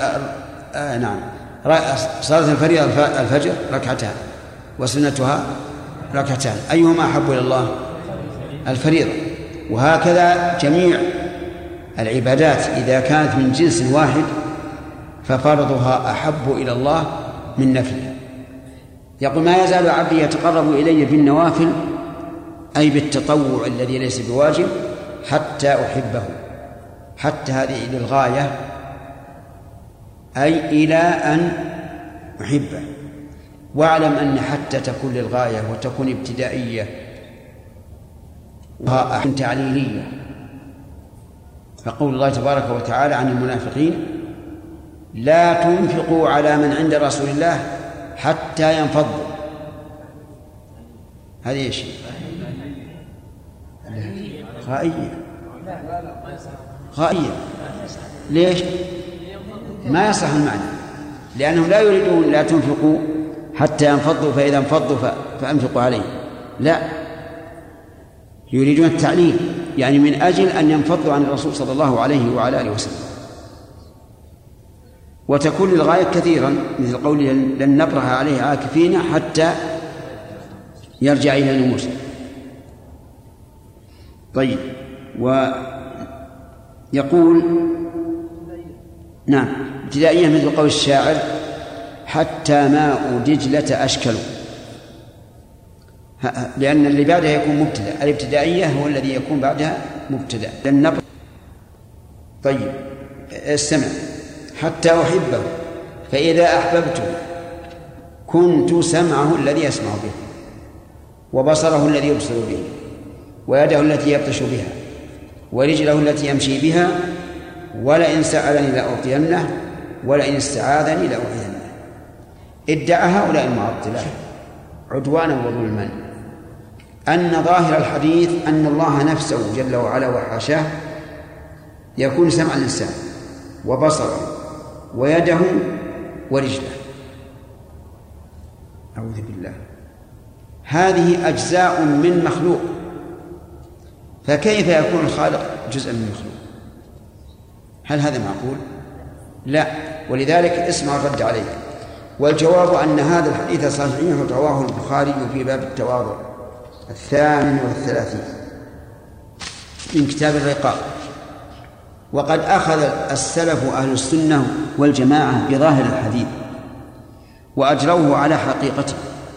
صلاة الفريضة الفجر ركعتان وسنتها ركعتان، أيهما أحب إلى الله؟ الفريضة. وهكذا جميع العبادات إذا كانت من جنس واحد ففرضها أحب إلى الله من نفلها. يقول ما يزال عبدي يتقرب إلي بالنوافل أي بالتطوع الذي ليس بواجب حتى أحبه. حتى هذه للغاية أي إلى أن أحبه. واعلم أن حتى تكون للغاية وتكون ابتدائية تعليلية. فقول الله تبارك وتعالى عن المنافقين لا تنفقوا على من عند رسول الله حتى ينفضوا. هذه ايش؟ غائية. ليش؟ ما يصح المعنى، لأنهم لا يريدون لا تنفقوا حتى ينفضوا فإذا انفضوا فأنفقوا عليهم، لا، يريدون التعليل، يعني من أجل أن ينفضوا عن الرسول صلى الله عليه وعلى آله وسلم. وتكون للغاية كثيرا مثل قوله لن نبرح عليه عاكفين حتى يرجع إلى موسى. طيب، ويقول نعم ابتدائية مثل قول الشاعر حتى ماء دجلة أشكل، لأن اللي بعدها يكون مبتدأ. الابتدائية هو الذي يكون بعدها مبتدأ لن نبرح. طيب استمع حتى أحبه فإذا أحببته كنت سمعه الذي يسمع به وبصره الذي يبصر به ويده التي يبطش بها ورجله التي يمشي بها ولئن سألني لأعطينه ولئن استعاذني لأعيذنه. ادعى هؤلاء المعطلة عدوانا وظلما أن ظاهر الحديث أن الله نفسه جل وعلا وحاشاه يكون سمع الإنسان وبصره ويده ورجله. أعوذ بالله. هذه أجزاء من مخلوق، فكيف يكون الخالق جزءا من مخلوق؟ هل هذا معقول؟ لا. ولذلك اسمع الرد عليه. والجواب أن هذا الحديث صحيح رواه البخاري في باب التواضع 38 من كتاب الرقاق. وقد أخذ السلف أهل السنة والجماعة بظاهر الحديث وأجروه على حقيقته،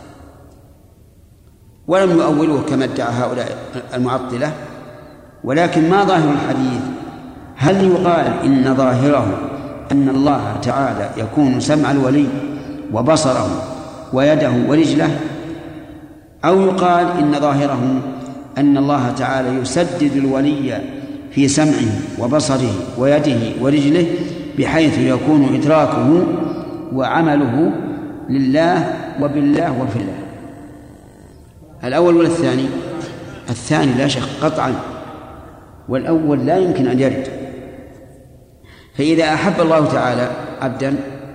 ولم يؤولوه كما ادعى هؤلاء المعطلة. ولكن ما ظاهر الحديث؟ هل يقال إن ظاهره أن الله تعالى يكون سمع الولي وبصره ويده ورجله، أو يقال إن ظاهره أن الله تعالى يسدد الولي في سمعه وبصره ويده ورجله بحيث يكون إدراكه وعمله لله وبالله وفي الله؟ الأول ولا الثاني؟ الثاني لا شك قطعا، والأول لا يمكن أن يرد. فإذا أحب الله تعالى عبدا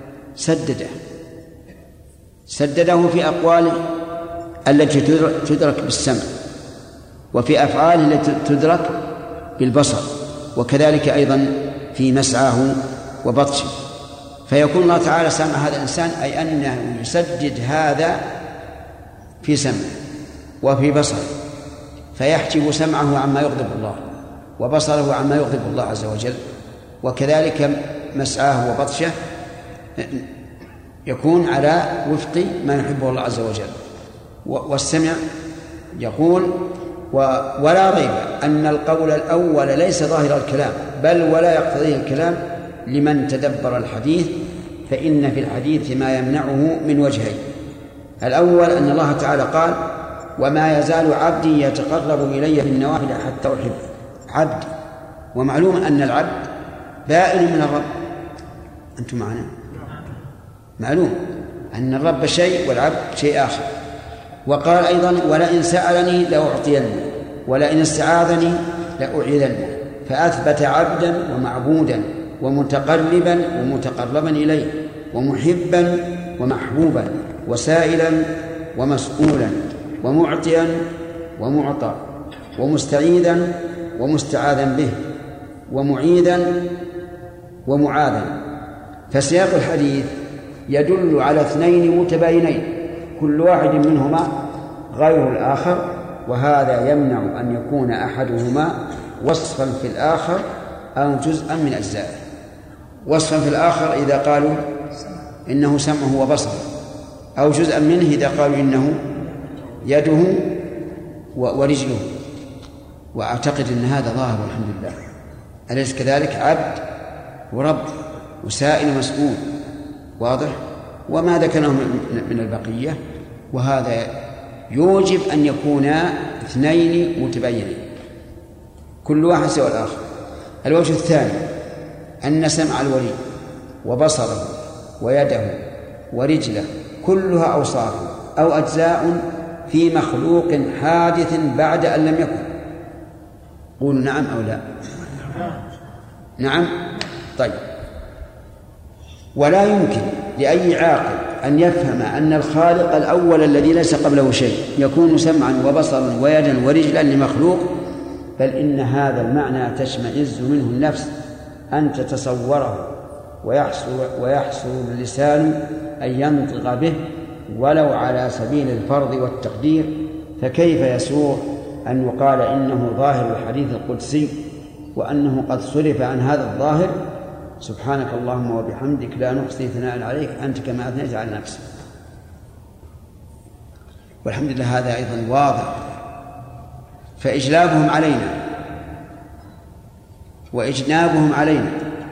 سدده في أقواله التي تدرك بالسمع، وفي أفعاله التي تدرك بالبصر، وكذلك أيضا في مسعاه وبطشه. فيكون الله تعالى سمع هذا الإنسان، أي أنه يسدد هذا في سمعه وفي بصره، فيحجب سمعه عما يغضب الله وبصره عما يغضب الله عز وجل، وكذلك مسعاه وبطشه يكون على وفق ما يحبه الله عز وجل. والسمع يقول ولا ريب أن القول الأول ليس ظاهر الكلام، بل ولا يقتضيه الكلام لمن تدبر الحديث، فإن في الحديث ما يمنعه من وجهين. الأول أن الله تعالى قال وما يزال عبدي يتقرب إلي بالنوافل حتى أحبه. عبدي، ومعلوم أن العبد بائن من الرب. أنتم معنا؟ معلوم أن الرب شيء والعبد شيء آخر. وقال أيضا ولئن سألني لأعطينه ولئن استعاذني لأعيذنه، فأثبت عبدا ومعبودا ومتقربا ومتقربا إليه ومحبا ومحبوبا وسائلا ومسؤولا ومعطيا ومعطى ومستعيذا ومستعاذا به ومعيذا ومعاذا. فسياق الحديث يدل على اثنين متباينين كل واحد منهما غير الآخر، وهذا يمنع أن يكون أحدهما وصفا في الآخر أو جزءا من أجزائه. وصفا في الآخر إذا قالوا إنه سمعه وبصره، أو جزءا منه إذا قالوا إنه يده ورجله. وأعتقد أن هذا ظاهر والحمد لله، أليس كذلك؟ عبد ورب وسائل مسؤول، واضح؟ وما ذكرناه من البقية، وهذا يوجب أن يكونا اثنين متباينين كل واحد سوى الآخر. الوجه الثاني أن سمع الولي وبصره ويده ورجله كلها أوصاف أو أجزاء في مخلوق حادث بعد أن لم يكن. قولوا نعم أو لا؟ نعم. طيب، ولا يمكن لأي عاقل أن يفهم أن الخالق الأول الذي ليس قبله شيء يكون سمعا وبصرا ويدا ورجلا لمخلوق، بل إن هذا المعنى تشمئز منه النفس أن تتصوره، ويحصل اللسان أن ينطق به ولو على سبيل الفرض والتقدير. فكيف يسوغ أن يقال إنه ظاهر الحديث القدسي وأنه قد صرف عن هذا الظاهر؟ سبحانك اللهم وبحمدك لا نحصي ثناء عليك أنت كما أثنيت على نفسك. والحمد لله هذا أيضا واضح. فإجلابهم علينا وإجنابهم علينا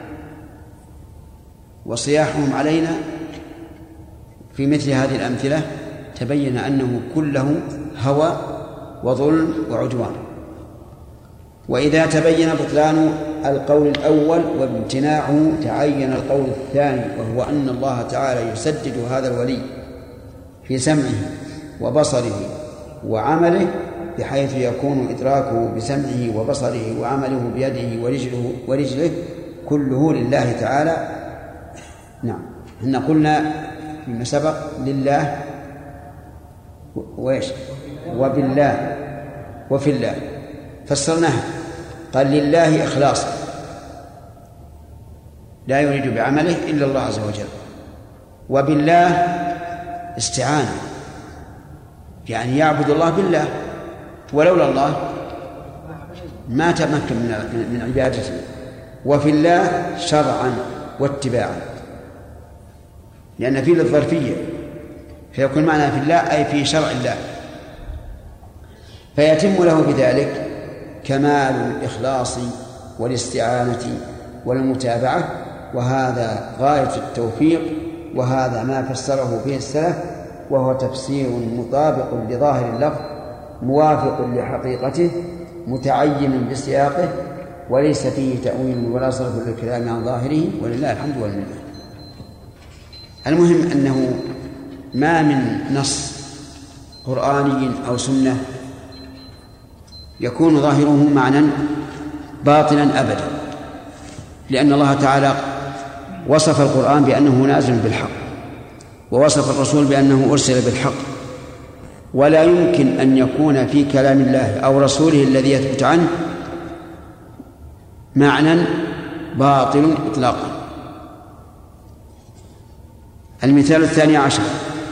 وصياحهم علينا في مثل هذه الأمثلة تبين أنه كله هوى وظلم وعدوان. وإذا تبين بطلان القول الأول وامتناعه تعين القول الثاني، وهو أن الله تعالى يسدد هذا الولي في سمعه وبصره وعمله بحيث يكون إدراكه بسمعه وبصره وعمله بيده ورجله كله لله تعالى. نعم، إحنا قلنا فيما سبق لله وإيش؟ وبالله وفي الله، فسرناها قال لله إخلاصا لا يريد بعمله إلا الله عز وجل، وبالله استعانة يعني يعبد الله بالله، ولولا الله ما تمكن من عبادته، وفي الله شرعا واتباعا، لأن فيه للظرفية، فيكون معنى في الله أي في شرع الله، فيتم له بذلك كمال الإخلاص والاستعانة والمتابعة، وهذا غاية التوفيق، وهذا ما فسره به السلف، وهو تفسير مطابق لظاهر اللفظ موافق لحقيقته متعين بسياقه، وليس فيه تأويل ولا صرف للكلام عن ظاهره، ولله الحمد والمنة. المهم أنه ما من نص قرآني أو سنة يكون ظاهره معنى باطلا أبدا، لأن الله تعالى وصف القرآن بأنه نازل بالحق، ووصف الرسول بأنه أرسل بالحق، ولا يمكن أن يكون في كلام الله أو رسوله الذي يثبت عنه معنى باطل إطلاقا. المثال الثاني عشر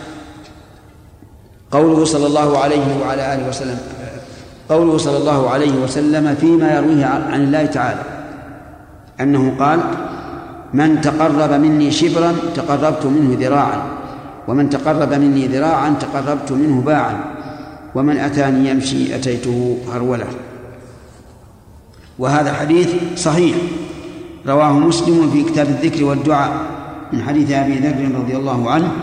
قوله صلى الله عليه وعلى آله وسلم، قوله صلى الله عليه وسلم فيما يرويه عن الله تعالى أنه قال: من تقرب مني شبرا تقربت منه ذراعا، ومن تقرب مني ذراعا تقربت منه باعا، ومن أتاني يمشي أتيته هرولة. وهذا حديث صحيح رواه مسلم في كتاب الذكر والدعاء من حديث أبي ذر رضي الله عنه،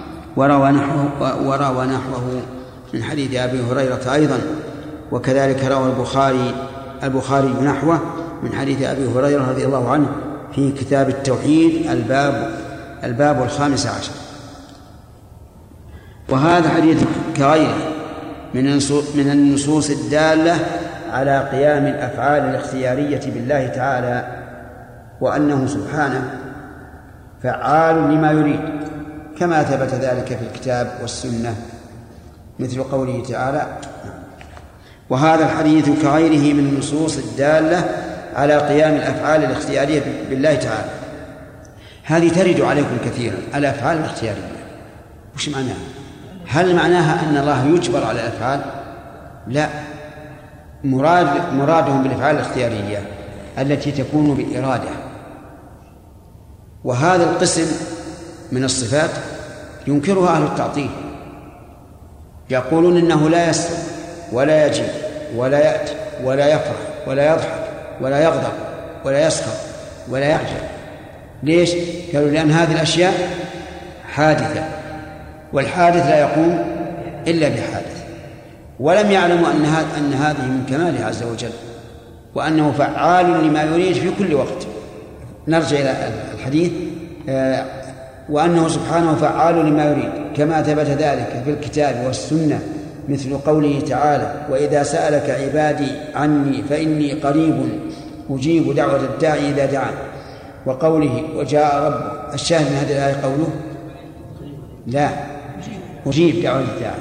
وروى نحوه من حديث أبي هريرة أيضا، وكذلك روى البخاري نحوه من حديث أبي هريرة رضي الله عنه في كتاب التوحيد الباب 15. وهذا حديث كغيره من النصوص الدالة على قيام الأفعال الاختيارية بالله تعالى، وأنه سبحانه فعال لما يريد، كما ثبت ذلك في الكتاب والسنة، مثل قوله تعالى. وهذا الحديث كغيره من النصوص الدالة على قيام الأفعال الاختيارية بالله تعالى. هذه ترد عليكم كثيرا، الأفعال الاختيارية وش معناها؟ هل معناها أن الله يجبر على الأفعال؟ لا، مرادهم بالأفعال الاختيارية التي تكون بالإرادة. وهذا القسم من الصفات ينكرها أهل التعطيل، يقولون إنه لا يسر ولا يجيب ولا يأتي ولا يفرح ولا يضحك ولا يغضب ولا يسخر ولا يعجب. ليش؟ قالوا لأن هذه الأشياء حادثة، والحادث لا يقوم إلا بحادث، ولم يعلموا أن هذه من كماله عز وجل، وأنه فعال لما يريد في كل وقت. نرجع إلى الحديث، وأنه سبحانه فعال لما يريد، كما ثبت ذلك في الكتاب والسنة، مثل قوله تعالى: وإذا سألك عبادي عني فإني قريب أجيب دعوة الداعي إذا دعان. وقوله: وجاء ربك. الشاهد من هذه الآية قوله لا أجيب دعوة الداعي،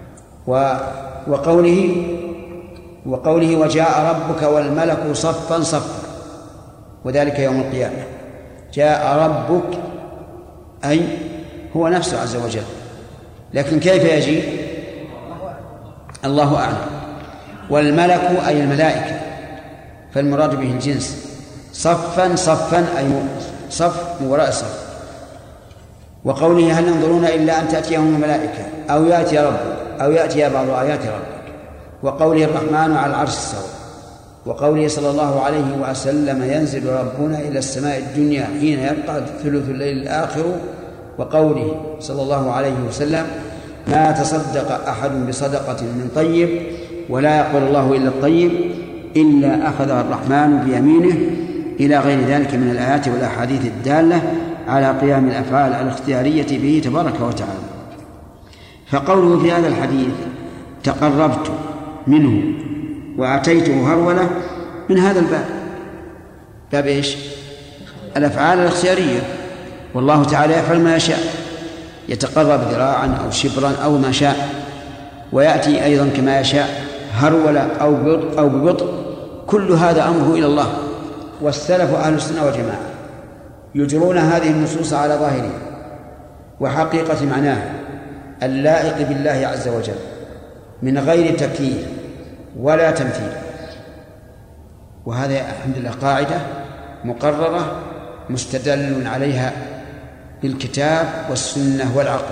وقوله وجاء ربك والملك صفا صفا، وذلك يوم القيامة. جاء ربك أي هو نفسه عز وجل، لكن كيف يجيء الله أعلم. والملك أي الملائكة، فالمراد به الجنس. صفا صفا أي صف من وراء صف. وقوله: هل ينظرون إلا أن تأتيهم الملائكة أو يأتي ربك أو يأتي بعض آيات ربك. وقوله: الرحمن على العرش استوى. وقوله صلى الله عليه وسلم: ينزل ربنا إلى السماء الدنيا حين يبقى ثلث الليل الآخر. وقوله صلى الله عليه وسلم: ما تصدق أحد بصدقة من طيب ولا يقبل الله إلا الطيب إلا أخذها الرحمن بيمينه، إلى غير ذلك من الآيات والأحاديث الدالة على قيام الأفعال الاختيارية به تبارك وتعالى. فقوله في هذا الحديث: تقربت منه وأتيته هرولة، من هذا الباب، باب إيش؟ الأفعال الاختيارية. والله تعالى يفعل ما يشاء، يتقرب ذراعا أو شبرا أو ما شاء، ويأتي أيضا كما يشاء هرولة أو ببطء، كل هذا أمره إلى الله. والسلف أهل السنة والجماعة يجرون هذه النصوص على ظاهرها وحقيقة معناها اللائق بالله عز وجل من غير تكييف ولا تمثيل. وهذا الحمد لله قاعدة مقررة مستدل عليها بالكتاب والسنة والعقل،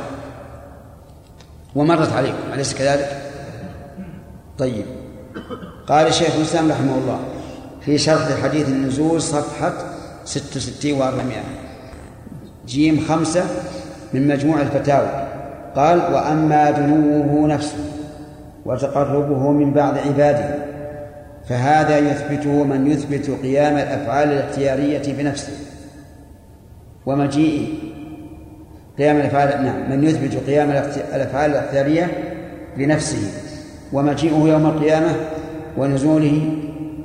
ومرت عليكم أليس كذلك؟ طيب. قال الشيخ الإسلام رحمه الله في شرح حديث النزول صفحة 66 و400 جيم 5 من مجموع الفتاوى، قال: وأما دنوه نفسه وتقربه من بعض عباده فهذا يثبته من يثبت قيام الأفعال الاختيارية بنفسه ومجيئه قيام الأفعال من يثبت قيام الأفعال الاختيارية بنفسه ومجيئه يوم القيامة ونزوله.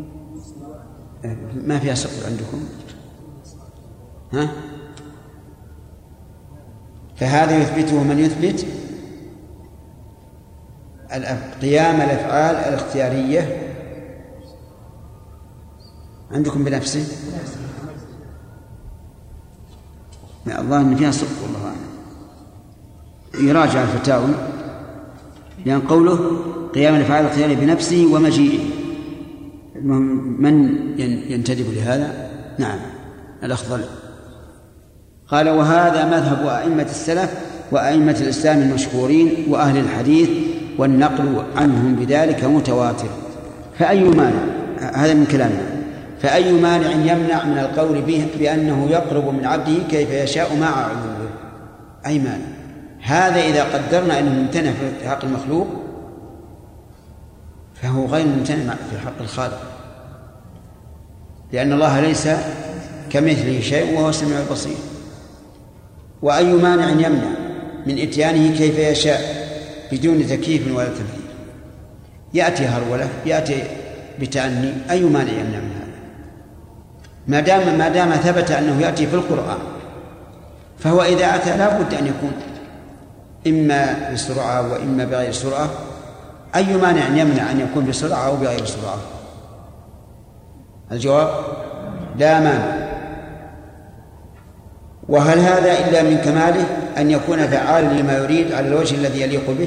ما فيها سقط عندكم؟ ها؟ فهذا يثبته من يثبت قيام الأفعال الاختيارية عندكم بنفسه. الله أن فيها سقط والله أعلم، يراجع الفتاوى، لأن قوله قيام الأفعال الاختيارية بنفسه ومجيئه من ينتدب لهذا؟ نعم الأفضل. قال: وهذا مذهب أئمة السلف وأئمة الإسلام المشهورين وأهل الحديث، والنقل عنهم بذلك متواتر. فأي مانع، هذا من كلامنا، فأي مانع يمنع من القول به بأنه يقرب من عبده كيف يشاء مع علوه؟ أي مانع؟ هذا إذا قدرنا أنه ممتنع في حق المخلوق فهو غير ممتنع في حق الخالق، لأن الله ليس كمثله شيء وهو السميع البصير. وأي مانع يمنع من إتيانه كيف يشاء بدون تكييف ولا تمثيل؟ يأتي هرولة، يأتي بتأني، أي مانع يمنع من هذا؟ ما دام ثبت أنه يأتي في القرآن، فهو إذا أتى لا بد أن يكون إما بسرعة وإما بغير سرعة. أي مانع يمنع أن يكون بسرعة أو بغير سرعة؟ الجواب: لا مانع. وهل هذا إلا من كماله أن يكون فعالا لما يريد على الوجه الذي يليق به؟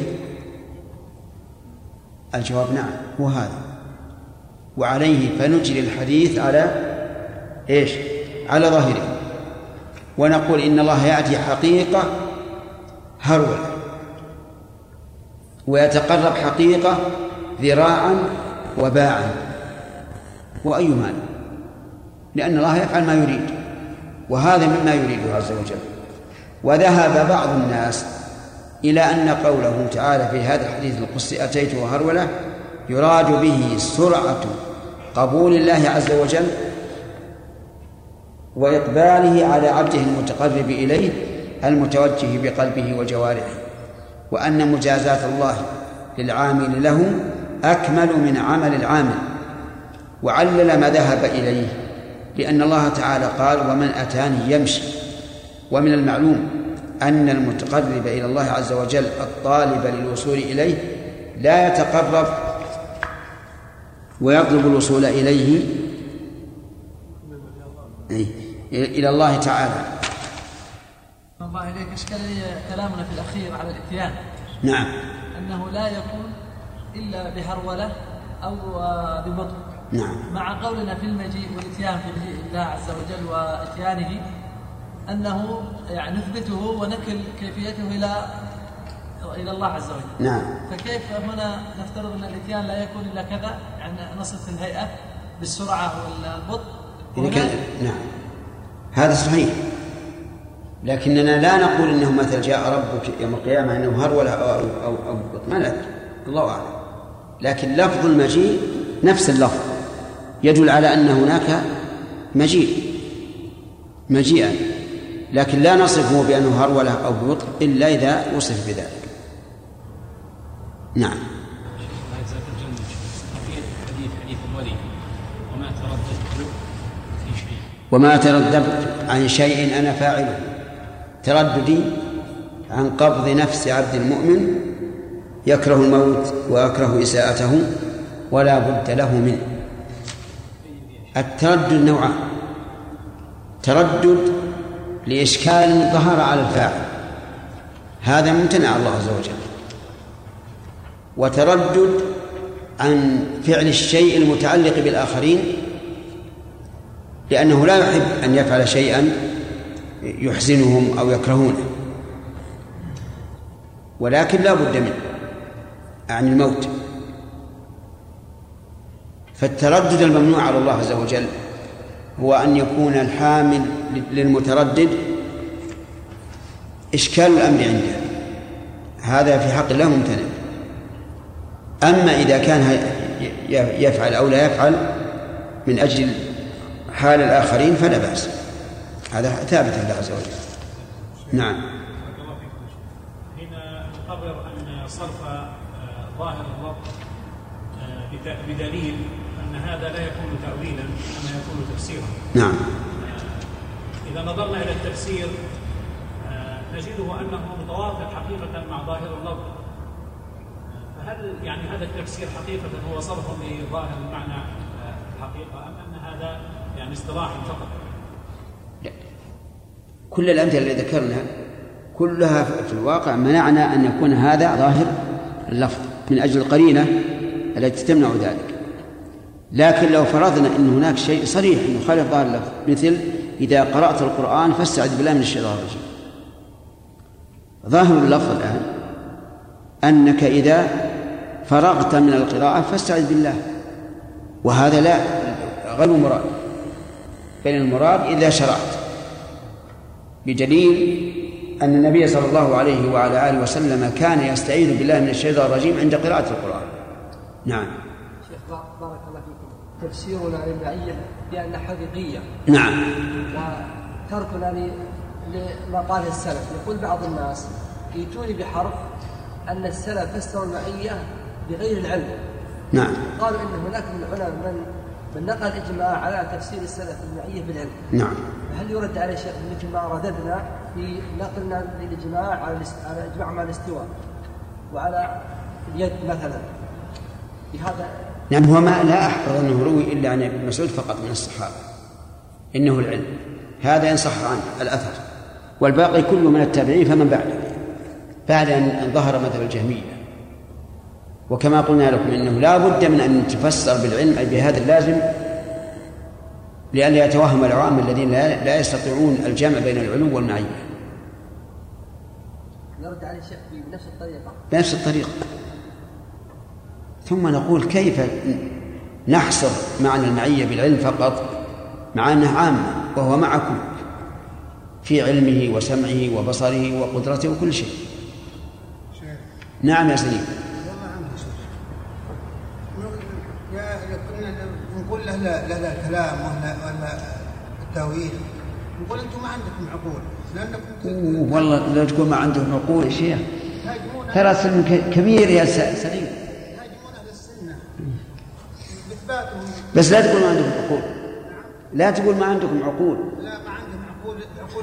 الجواب: نعم، هو هذا. وعليه فنجري الحديث على إيش؟ على ظاهره، ونقول إن الله يأتي حقيقة هرولة ويتقرب حقيقة ذراعا وباعا. وأي مانع؟ لأن الله يفعل ما يريد، وهذا مما يريده عز وجل. وذهب بعض الناس إلى أن قوله تعالى في هذا الحديث القدسي أتيته هرولة يراد به سرعة قبول الله عز وجل وإقباله على عبده المتقرب إليه المتوجه بقلبه وجوارحه، وأن مجازات الله للعامل له أكمل من عمل العامل. وعلل ما ذهب إليه لأن الله تعالى قال: ومن أتاني يمشي. ومن المعلوم أن المتقرب إلى الله عز وجل الطالب للوصول إليه لا يتقرب ويطلب الوصول إليه إلى الله تعالى. الله إليك، إشكال كلامنا في الأخير على الإتيان. نعم، أنه لا يكون إلا بهرولة أو ببطء. نعم، مع قولنا في المجيء والإتيان في مجيء الله عز وجل وإتيانه أنه يعني نثبته ونكل كيفيته إلى الله عز وجل. نعم. فكيف هنا نفترض أن الإتيان لا يكون إلا كذا، يعني نصف الهيئة بالسرعة والبطء؟ نعم، هذا صحيح، لكننا لا نقول إنه مثل جاء ربك يوم القيامة أنه هرولة أو بطء، ما ندري، الله أعلم. لكن لفظ المجيء نفس اللفظ يدل على أن هناك مجيئا، لكن لا نصفه بأنه هرولة أو ببطء إلا إذا وصف بذلك. نعم. حديث الولي وما ترددت عن شيء أنا فاعله. ترددي عن قبض نفس عبد المؤمن يكره الموت ويكره إساءته ولا بد له منه. التردد نوعان: تردد لإشكال ظهر على الفاعل، هذا ممتنع الله عز وجل، وتردد عن فعل الشيء المتعلق بالآخرين لأنه لا يحب أن يفعل شيئا يحزنهم أو يكرهونه، ولكن لا بد منه عن الموت. فالتردد الممنوع على الله عز وجل هو أن يكون الحامل للمتردد إشكال الأمر عنده، هذا في حق الله ممتنع. أما إذا كان يفعل أو لا يفعل من أجل حال الآخرين فلا بأس، هذا ثابت لله عز وجل. نعم. هنا نقرر أن صرف ظاهر اللفظ بدليل أن هذا لا يكون تأويلا إنما يكون تفسيرا. نعم. إذا نظرنا إلى التفسير نجده أنه متوافق حقيقة مع ظاهر اللفظ، فهل يعني هذا التفسير حقيقة هو صرف لظاهر المعنى الحقيقة أم أن هذا يعني اصطلاحا فقط؟ لا، كل الأمثلة اللي ذكرنا كلها في الواقع منعنا أن يكون هذا ظاهر اللفظ من أجل القرينة التي تمنع ذلك. لكن لو فرضنا أن هناك شيء صريح أنه خالف ظاهر اللفظ، مثل إذا قرأت القرآن فاستعذ بالله من الشيطان الرجيم، ظاهر اللفظ الآن أنك إذا فرغت من القراءة فاستعذ بالله، وهذا لا غير مراد، بل المراد إذا شرعت، بدليل أن النبي صلى الله عليه وعلى آله وسلم كان يستعيذ بالله من الشيطان الرجيم عند قراءة القرآن. نعم. شيخ بارك الله فيكم، تفسيرنا للمعية بأنها حقيقية. نعم. وتركنا لما قاله السلف. يقول بعض الناس يأتوني بحرف أن السلف فسروا المعية بغير العلم. نعم. قالوا إن هناك من العلماء من نقل إجماع على تفسير السلف المعية بالعلم. نعم. هل يرد عليه شيخ مثل ما رددنا في نقلنا للإجماع على إجماع مع الاستواء وعلى اليد مثلا بهذا؟ يعني هو ما لا أحفظ أنه روي إلا عن ابن مسعود فقط من الصحابة إنه العلم، هذا ينصح عنه الأثر، والباقي كله من التابعين فمن بعد أن ظهر مذهب الجهمية. وكما قلنا لكم إنه لا بد من أن تفسر بالعلم أي بهذا اللازم، لئلا يتوهم العوام الذين لا يستطيعون الجمع بين العلو والمعية. نرد على الشيخ بنفس الطريقة. بنفس الطريقة. ثم نقول كيف نحصر معنى المعية بالعلم فقط مع أنه عام وهو معكم في علمه وسمعه وبصره وقدرته وكل شيء. نعم يا سليم. كنا نقول له لا الكلام ولا التأويل، نقول أنتم ما عندكم عقول لأنكم والله لا تقول ما عندهم عقول يا شيخ، ترى سن كبير يا سليم، يهاجمون أهل السنة بإثباتهم. بس لا تقول ما عندكم عقول، لا تقول ما عندكم عقول. لا ما عندهم عقول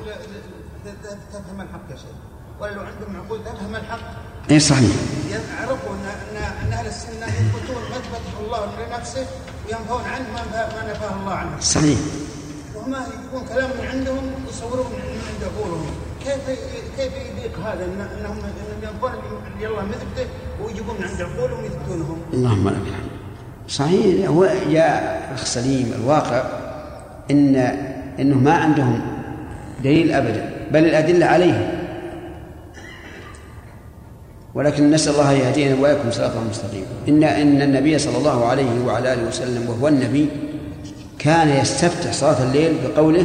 تفهم الحق يا شيخ، ولا لو عندهم عقول تفهم الحق. اي صحيح. يعرفوا ان اهل السنه يثبتون ما اثبته الله لنفسه وينفون عنه ما نفاه الله عنه. صحيح. وما يكون كلام من عندهم يصورون من عند عقولهم. كيف يضيق هذا انهم ينفون اللي الله مثبته ويجيبون من عند عقولهم ويثبتونهم. اللهم لك الحمد. صحيح. هو يا اخ سليم الواقع انه ما عندهم دليل ابدا، بل الادله عليهم، ولكن نسأل الله يهدينا وإياكم صراطا مستقيما. إن النبي صلى الله عليه وعلى آله وسلم وهو النبي كان يستفتح صلاة الليل بقوله: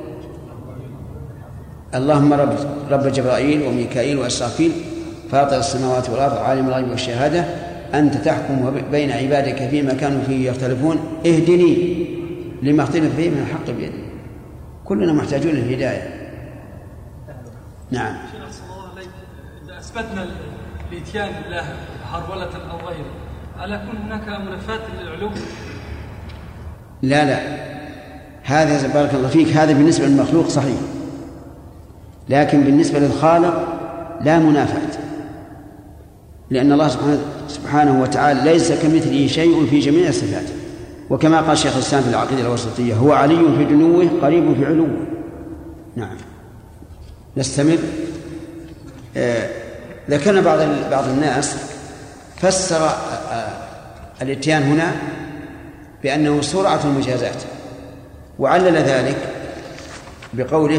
اللهم رب جبرائيل وميكائيل وإسرافيل فاطر السماوات والأرض عالم الغيب والشهادة أنت تحكم بين عبادك فيما كانوا فيه يختلفون اهدني لما اختلف فيه من الحق بيدك. كلنا محتاجون للهداية. نعم. إذا أثبتنا الإتيان بالله هرولة أو غيره، ألا يكون هناك منافاة للعلو؟ لا هذا بارك الله فيك، هذا بالنسبة للمخلوق صحيح، لكن بالنسبة للخالق لا منافاة، لأن الله سبحانه وتعالى ليس كمثله شيء في جميع صفاته، وكما قال شيخ الإسلام في العقيدة الوسطية: هو علي في دنوه قريب في علوه. نعم. نستمر. ذكرنا بعض الناس فسر الاتيان هنا بأنه سرعة المجازات، وعلل ذلك بقوله: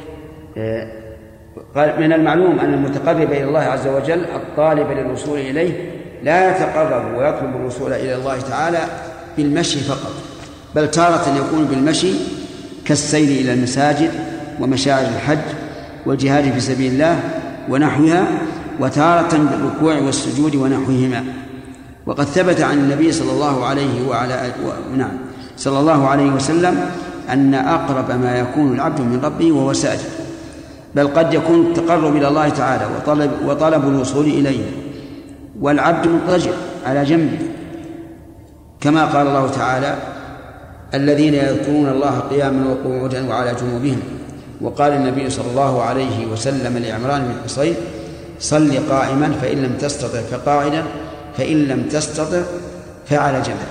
قال: من المعلوم أن المتقرب إلى الله عز وجل الطالب للوصول إليه لا يتقرب ويطلب الوصول إلى الله تعالى بالمشي فقط، بل تارة يكون بالمشي كالسير إلى المساجد ومشاعر الحج والجهاد في سبيل الله ونحوها، وتارة بالركوع والسجود ونحوهما. وقد ثبت عن النبي صلى الله عليه وسلم أن أقرب ما يكون العبد من ربه وهو ساجد، بل قد يكون التقرب إلى الله تعالى وطلب الوصول إليه والعبد مضطجع على جنبه، كما قال الله تعالى: الذين يذكرون الله قياما وقعودا وعلى جنوبهم. وقال النبي صلى الله عليه وسلم لعمران بن حصين: صل قائما فإن لم تستطع فقاعدا فإن لم تستطع فعلى جنب.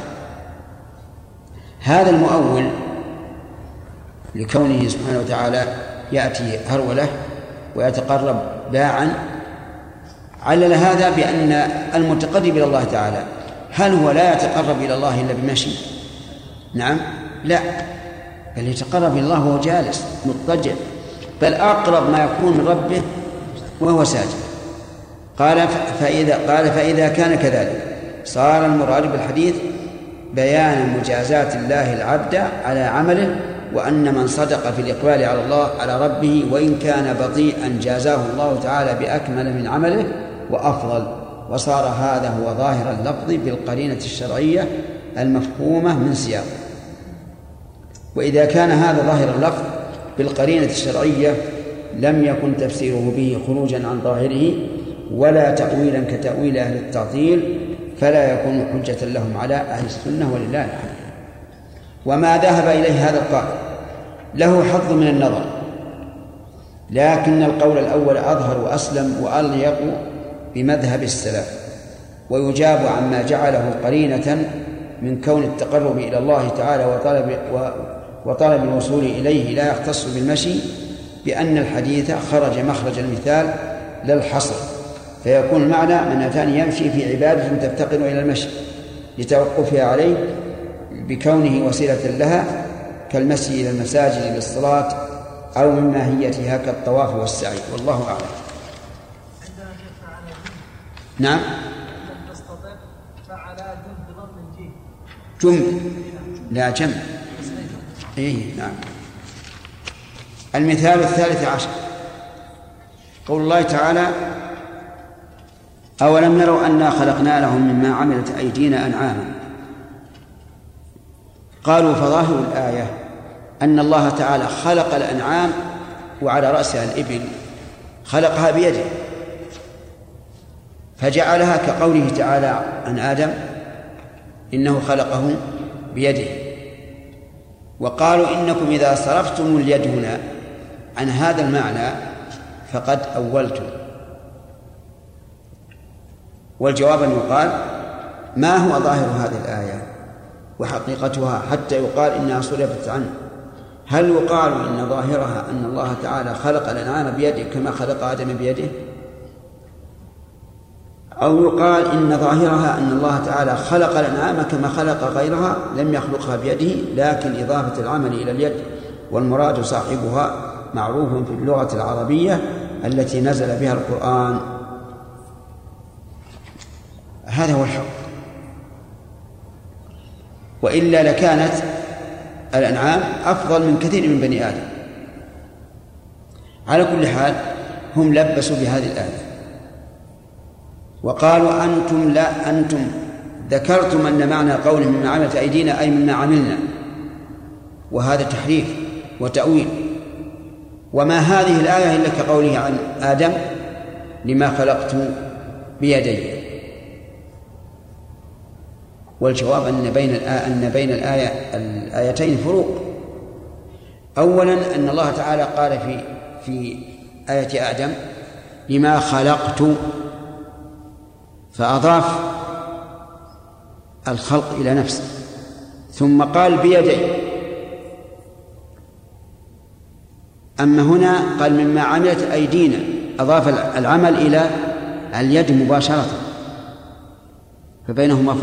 هذا المؤول لكونه سبحانه وتعالى يأتي هرولة ويتقرب باعا علل هذا بأن المتقرب إلى الله تعالى هل هو لا يتقرب إلى الله إلا بمشي؟ نعم، لا، بل يتقرب إلى الله وهو جالس مضطجع، بل أقرب ما يكون من ربه وهو ساجد. قال فإذا كان كذلك صار المراد بالحديث بيان مجازات الله العبد على عمله، وأن من صدق في الإقبال على الله على ربه وإن كان بطيئا جازاه الله تعالى بأكمل من عمله وأفضل. وصار هذا هو ظاهر اللفظ بالقرينة الشرعية المفهومة من سياقه. وإذا كان هذا ظاهر اللفظ بالقرينة الشرعية لم يكن تفسيره به خروجا عن ظاهره ولا تأويلا كتأويل أهل التعطيل، فلا يكون حجة لهم على أهل السنة ولله الحمد. وما ذهب إليه هذا القائل له حظ من النظر، لكن القول الأول أظهر وأسلم وأليق بمذهب السلف، ويجاب عما جعله قرينة من كون التقرب إلى الله تعالى وطلب الوصول إليه لا يختص بالمشي، بأن الحديث خرج مخرج المثال لا الحصر، فيكون المعنى من أتاني يمشي في عبادة تفتقر إلى المشي لتوقفها عليه بكونه وسيلة لها كالمشي إلى المساجد للصلاة أو من ماهيتها كالطواف والسعي، والله أعلم. نعم، جمع لا جمع. إيه نعم. المثال 13 قول الله تعالى: أولم يروا أنا خلقنا لهم مما عملت أيدينا أنعاما. قالوا فظاهر الآية أن الله تعالى خلق الأنعام وعلى رأسها الإبل، خلقها بيده فجعلها كقوله تعالى عن آدم إنه خلقه بيده. وقالوا إنكم إذا صرفتم اليد هنا عن هذا المعنى فقد أولتم. والجواب أن يقال: ما هو ظاهر هذه الآية وحقيقتها حتى يقال إنها صرفت عنه؟ هل يقال إن ظاهرها أن الله تعالى خلق الأنعام بيده كما خلق آدم بيده، أو يقال إن ظاهرها أن الله تعالى خلق الأنعام كما خلق غيرها لم يخلقها بيده، لكن إضافة العمل إلى اليد والمراد صاحبها معروف في اللغة العربية التي نزل بها القرآن. هذا هو الحق، وإلا لكانت الأنعام أفضل من كثير من بني آدم. على كل حال هم لبسوا بهذه الآية وقالوا أنتم ذكرتم أن معنى قوله مما عملت أيدينا أي مما عملنا، وهذا تحريف وتأويل. وما هذه الآية إلا كقوله عن آدم لما خلقت بيدي. والجواب أن بين الآيتين فروق. أولا أن الله تعالى قال في آية آدم لما خلقت، فأضاف الخلق إلى نفسه، ثم قال بيدي. أما هنا قال مما عملت أيدينا، أضاف العمل إلى اليد مباشرة، فبينهما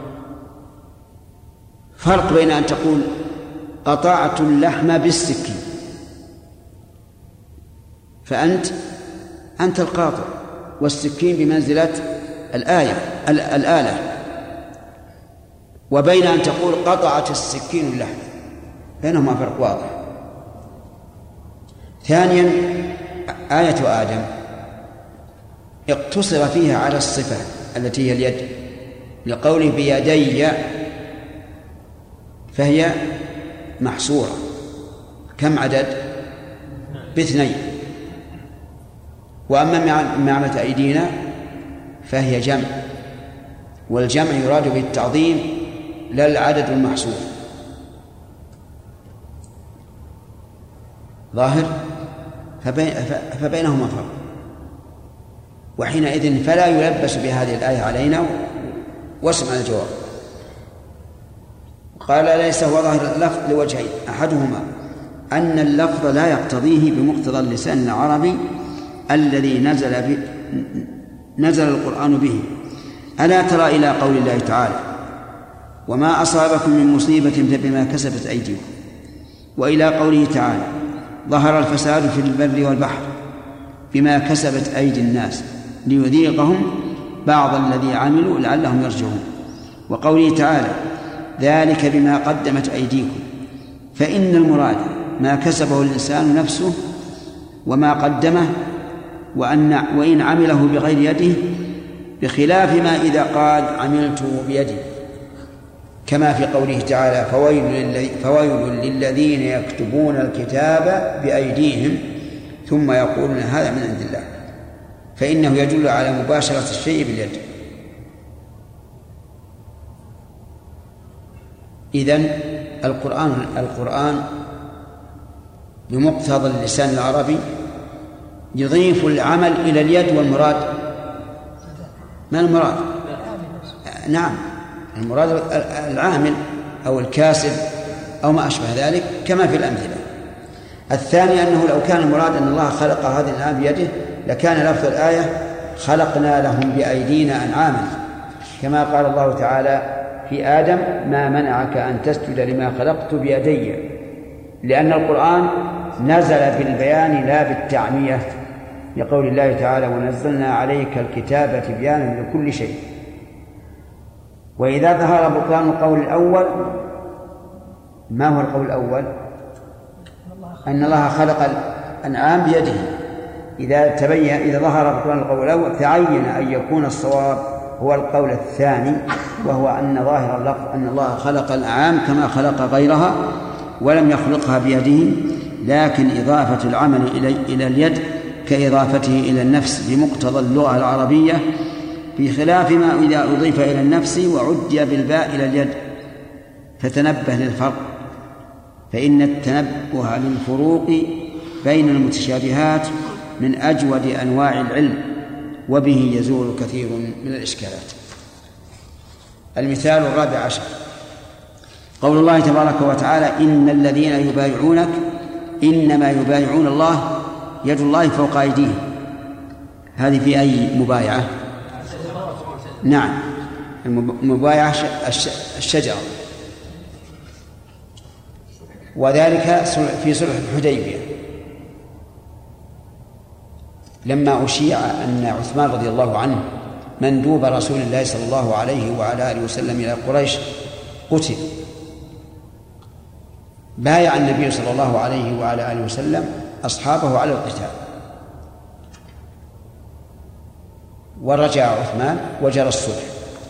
فرق بين أن تقول قطعت اللحم بالسكين فأنت القاطع، والسكين بمنزلة الآلة، وبين أن تقول قطعت السكين اللحم، بينهما فرق واضح. ثانيا آية آدم اقتصر فيها على الصفة التي هي اليد لقوله بيدي، فهي محصورة. كم عدد؟ باثنين. وأما معمة أيدينا فهي جمع، والجمع يراد بالتعظيم لا العدد المحصور. ظاهر؟ فبينهما فرق، وحينئذ فلا يلبس بهذه الآية علينا. واسمع الجواب. قال ليس هو ظاهر اللفظ لوجهين، أحدهما أن اللفظ لا يقتضيه بمقتضى اللسان العربي الذي نزل القرآن به. ألا ترى إلى قول الله تعالى وما أصابكم من مصيبة فبما كسبت أيديكم، وإلى قوله تعالى ظهر الفساد في البر والبحر بما كسبت أيدي الناس ليذيقهم بعض الذي عملوا لعلهم يرجعون، وقوله تعالى ذلك بما قدمت أيديكم، فإن المراد ما كسبه الإنسان نفسه وما قدمه، وإن عمله بغير يده، بخلاف ما إذا قال عملته بيدي، كما في قوله تعالى فويل للذين يكتبون الكتاب بأيديهم ثم يقولون هذا من عند الله، فإنه يدل على مباشرة الشيء باليد. إذن القرآن بمقتضى اللسان العربي يضيف العمل إلى اليد، والمراد ما المراد؟ نعم، المراد العامل أو الكاسب أو ما أشبه ذلك كما في الأمثلة. الثاني أنه لو كان المراد أن الله خلق هذه الأنعام بيده لكان لفظ الآية خلقنا لهم بأيدينا أنعاما، كما قال الله تعالى في آدم ما منعك أن تسجد لما خلقت بيدي، لأن القرآن نزل بالبيان لا بالتعمية، لقول الله تعالى ونزلنا عليك الكتاب تبيانا لكل شيء. وإذا ظهر بطلان القول الأول، ما هو القول الأول؟ أن الله خلق الأنعام بيده. إذا ظهر بطلان القول الأول تعين أن يكون الصواب هو القول الثاني، وهو أن ظاهر اللفظ أن الله خلق الأنعام كما خلق غيرها ولم يخلقها بيده، لكن إضافة العمل إلى اليد كإضافته إلى النفس بمقتضى اللغة العربية، بخلاف ما إذا أضيف إلى النفس وعدي بالباء إلى اليد. فتنبه للفرق، فإن التنبه للفروق بين المتشابهات من أجود أنواع العلم، وبه يزول كثير من الإشكالات. المثال الرابع عشر قول الله تبارك وتعالى إن الذين يبايعونك إنما يبايعون الله يد الله فوق أيديهم. هذه في أي مبايعة؟ نعم، المبايعة الشجرة، وذلك في صلح الحديبية لما أشيع أن عثمان رضي الله عنه مندوب رسول الله صلى الله عليه وعلى آله وسلم إلى قريش قتل، بايع النبي صلى الله عليه وعلى آله وسلم أصحابه على القتال، ورجع عثمان وجرى الصلح.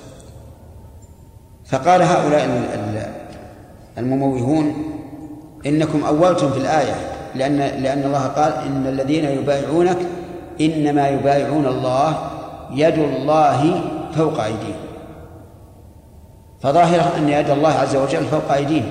فقال هؤلاء المموهون إنكم أولتم في الآية، لأن الله قال إن الذين يبايعونك إنما يبايعون الله يد الله فوق أيديهم، فظاهر أن يد الله عز وجل فوق أيديهم،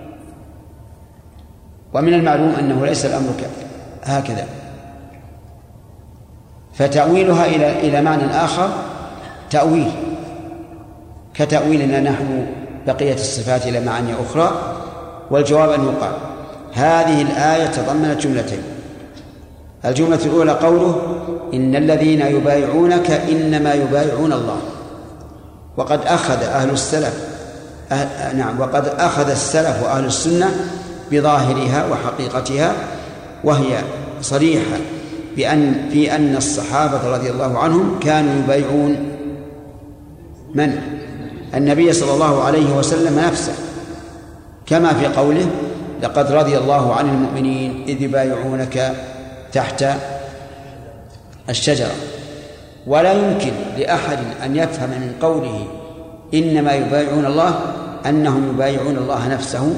ومن المعلوم أنه ليس الأمر هكذا. فتأويلها إلى معنى آخر تأويل كتأويلنا نحن بقية الصفات إلى معاني أخرى. والجواب أن يقال هذه الآية تضمنت جملتين. الجملة الأولى قوله إن الذين يبايعونك إنما يبايعون الله، وقد أخذ أهل السلف وقد أخذ السلف وأهل السنة بظاهرها وحقيقتها، وهي صريحة بأن الصحابة رضي الله عنهم كانوا يبايعون من؟ النبي صلى الله عليه وسلم نفسه، كما في قوله لقد رضي الله عن المؤمنين إذ يبايعونك تحت الشجرة. ولا يمكن لأحد أن يفهم من قوله إنما يبايعون الله أنهم يبايعون الله نفسه،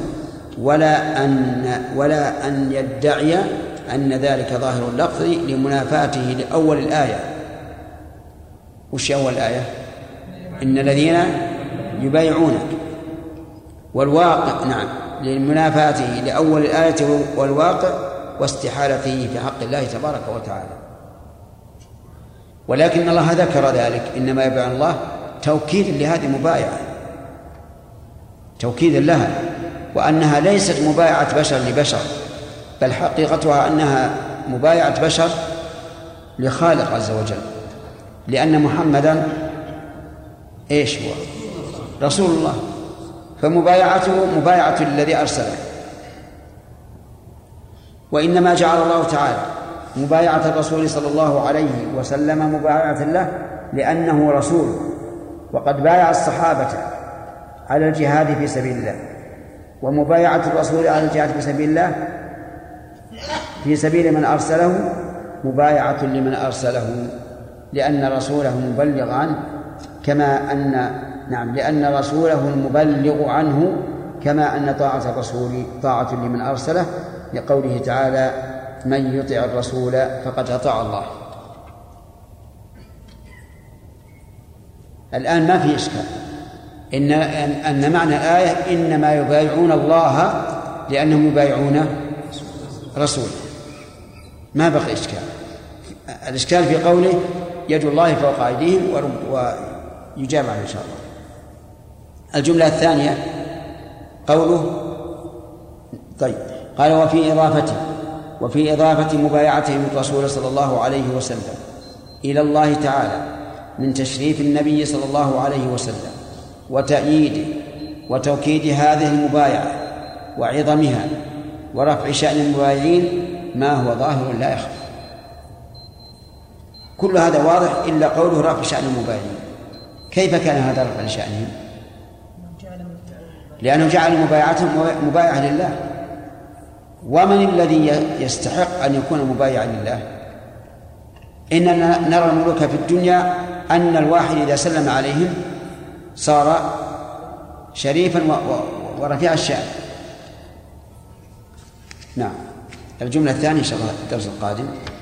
ولا أن يدعي أن ذلك ظاهر اللفظ لمنافاته لأول الآية. وش أول الآية؟ إن الذين يبايعونك، والواقع لمنافاته لأول الآية والواقع واستحالته في حق الله تبارك وتعالى. ولكن الله ذكر ذلك إنما يبايعون الله توكيدا لهذه المبايعة، توكيدا لها، وأنها ليست مبايعة بشر لبشر، بل حقيقتها أنها مبايعة بشر لخالق عز وجل، لأن محمدا إيش هو؟ رسول الله، فمبايعته مبايعة الذي أرسله. وإنما جعل الله تعالى مبايعة الرسول صلى الله عليه وسلم مبايعة له لأنه رسول، وقد بايع الصحابة على الجهاد في سبيل الله، ومبايعة الرسول على الجهاد في سبيل الله في سبيل من أرسله مبايعة لمن أرسله، لأن رسوله مبلغ عنه لأن رسوله المبلغ عنه، كما أن طاعة الرسول طاعة لمن أرسله، لقوله تعالى من يطع الرسول فقد أطاع الله. الآن ما في إشكال أن معنى الآية إنما يبايعون الله لأنهم يبايعون رسول، ما بقي إشكال. الإشكال في قوله يد الله فوق أيديهم، ويجاب عنه إن شاء الله. الجملة الثانية قوله قال وفي إضافة مبايعتهم الرسول صلى الله عليه وسلم إلى الله تعالى من تشريف النبي صلى الله عليه وسلم وتأييده وتوكيد هذه المبايعة وعظمها ورفع شأن المبايعين ما هو ظاهر لا يخفى. كل هذا واضح إلا قوله رفع شأن المبايعين. كيف كان هذا رفع شأنهم؟ لأنه جعل مبايعتهم مبايعة لله. ومن الذي يستحق أن يكون مبايعا لله؟ إننا نرى الملوك في الدنيا أن الواحد إذا سلم عليهم صار شريفا ورفيع الشأن. نعم. الجملة الثانية إن شاء الله الدرس القادم.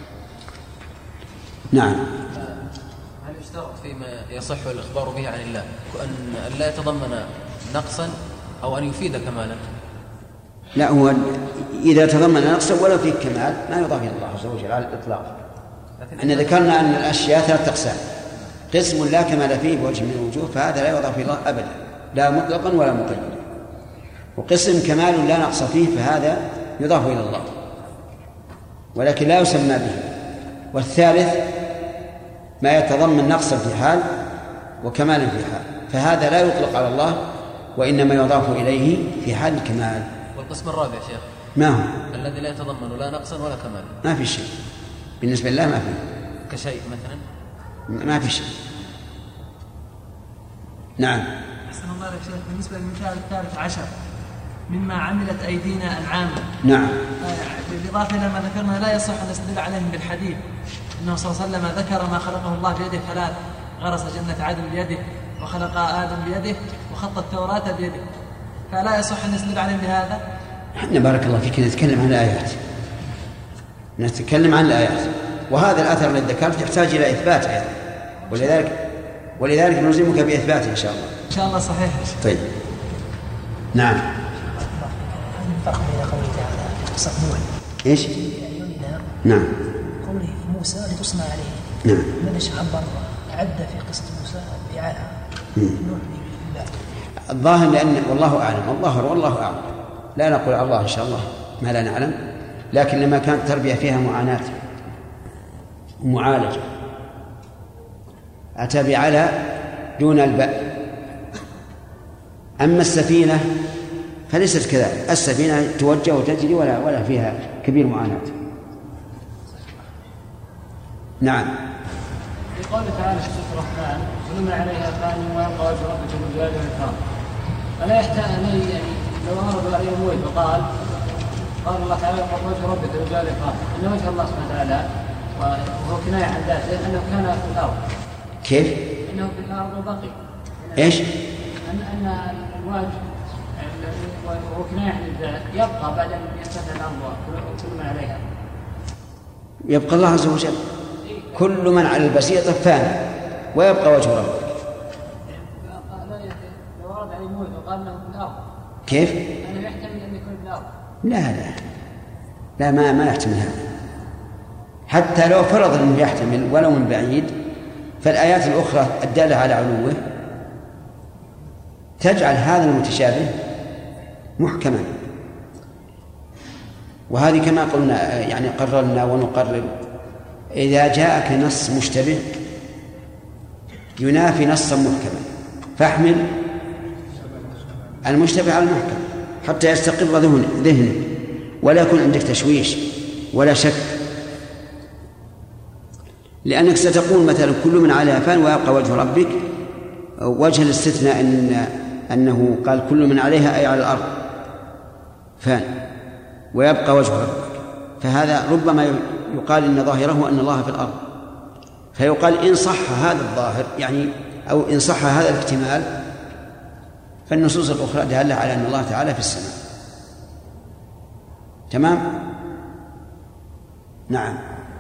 نعم. هل يشترط فيما يصح الإخبار به عن الله أن لا يتضمن نقصا أو أن يفيد كمالا؟ لا، هو إذا تضمن نقصا ولو فيه كمال ما يضاف إلى الله عز وجل على الإطلاق. أن ذكرنا أن الأشياء 3 أقسام: قسم لا كمال فيه بوجه من الوجوه فهذا لا يضاف إلى الله أبدا، لا مطلقا ولا مقيدا. وقسم كمال لا نقص فيه فهذا يضاف إلى الله ولكن لا يسمى به. والثالث ما يتضمن نقصا في حال وكمالا في حال، فهذا لا يطلق على الله وإنما يضاف إليه في حال الكمال. والقسم الرابع شيخ ما هو؟ الذي لا يتضمن لا نقصا ولا كمالا. ما في شيء بالنسبة لله، ما في كشيء مثلا، ما في شيء. نعم. أحسن الله عليك شيخ. بالنسبة للمثال الثالث عشر مما عملت أيدينا أنعاما، نعم، بالإضافة إلى ما ذكرنا لا يصح أن نستدل عليهم بالحديث أنه صلى الله عليه وسلم ذكر ما خلقه الله بيده 3: غرس جنة عدن بيده، وخلق آدم بيده، وخط التوراة بيده، فلا يصح أن نستدل عليهم بهذا. احنا بارك الله فيك نتكلم عن الآيات، نتكلم عن الآيات، وهذا الأثر الذي ذكرت يحتاج إلى إثبات أيضا، ولذلك نلزمك بإثباته إن شاء الله. إن شاء الله صحيح. طيب. نعم. الفرق بين قوله تعالى قصة نوح ايش؟ نعم. قوله موسى لتصنع عليه. نعم. من عبر عد في قصة موسى على نوح بالله. الظاهر لأن والله أعلم، والله أعلم، لا نقول على الله إن شاء الله ما لا نعلم، لكن لما كانت تربية فيها معاناة ومعالجة أتى بعلى دون الباء. أما السفينة فليست كذلك، السفينة توجه وتجري ولا فيها كبير معاناة. نعم. في قوله تعالى في سورة الرحمن كل من عليها فان ويبقى وجه ربك ذو الجلال والإكرام، فلا يحتاج يعني لو أرادوا أن يموت وقال الله تعالى يبقى وجه ربك ذو الجلال والإكرام، إن وجه الله سبحانه وتعالى وهو كناية عن ذاته أنه كان في الأرض. كيف؟ إنه في الأرض وبقي. إيش؟ أن الوجه وهو كناية عن الذات يبقى بعد أن ينفتح الأرض وكل من عليها. يبقى الله عز وجل، كل من على البسيطة فان ويبقى وجه ربك. لو أراد أن يموت وقال أنه في الأرض. كيف؟ أنه يحتمل أن يكون في الأرض. لا ما يحتمل هذا، حتى لو فرض أنه يحتمل ولو من بعيد، فالآيات الأخرى الدالة على علوه تجعل هذا المتشابه محكما. وهذه كما قلنا يعني قررنا ونقرر، إذا جاءك نص مشتبه ينافي نصا محكما فاحمل المشتبه على المحكم حتى يستقر ذهنك ولا يكون عندك تشويش ولا شك، لأنك ستقول مثلا كل من عليها فان ويبقى وجه ربك، وجه الاستثناء أنه قال كل من عليها أي على الأرض فان ويبقى وجه ربك، فهذا ربما يقال إن ظاهره أن الله في الأرض، فيقال إن صح هذا الظاهر يعني أو إن صح هذا الاحتمال فالنصوص الأخرى دالة على أن الله تعالى في السماء. تمام؟ نعم.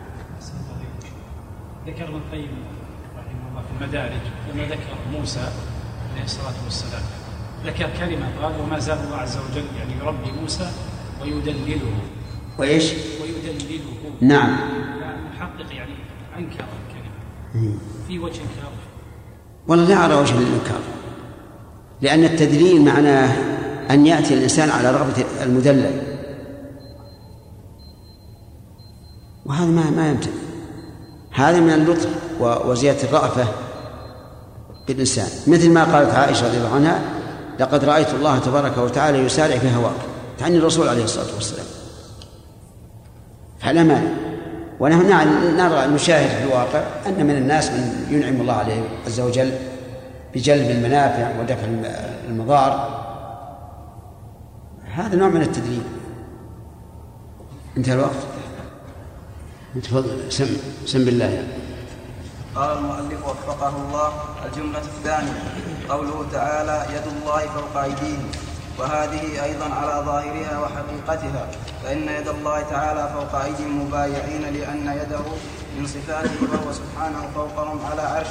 ذكر ابن القيم رحمه الله في المدارج لما ذكر موسى عليه الصلاة والسلام ذكر كلمة قال وما زال الله عز وجل يعني يربي موسى ويدلله. وإيش؟ ويدلله. نعم. المحقق يعني أنكر الكلمة في وجه إنكار. والله لا أرى وجه الإنكار، لأن التدليل معناه أن يأتي الإنسان على رغبة المدلل، وهذا ما يمكن. هذا من اللطف وزيادة الرأفة بالإنسان، مثل ما قالت عائشة رضي الله عنها لقد رأيت الله تبارك وتعالى يسارع في هواك، تعني الرسول عليه الصلاة والسلام، فلا مانع. ونحن نرى نشاهد في الواقع أن من الناس من ينعم الله عليه عز وجل بجلب المنافع ودفع المضار، هذا نوع من التدليل. انتهى الوقت. تفضل سم بالله يعني. قال المؤلف وفقه الله: الجملة الثانية قوله تعالى يد الله فوق أيديهم، وهذه أيضا على ظاهرها وحقيقتها، فإن يد الله تعالى فوق أيدي المبايعين لأن يده من صفاته وهو سبحانه فوقهم على عرشه،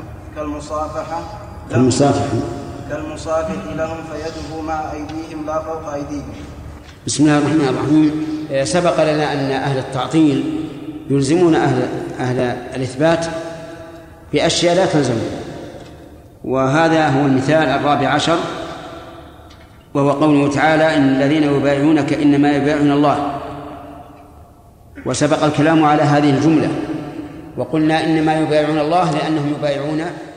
كالمصافح لهم فيده مع أيديهم لا فوق أيديهم. بسم الله الرحمن الرحيم. سبق لنا أن أهل التعطيل يلزمون أهل الإثبات بأشياء لا تلزمون، وهذا هو المثال 14، وهو قوله تعالى إن الذين يبايعونك إنما يبايعون الله. وسبق الكلام على هذه الجملة وقلنا إنما يبايعون الله لأنهم يبايعون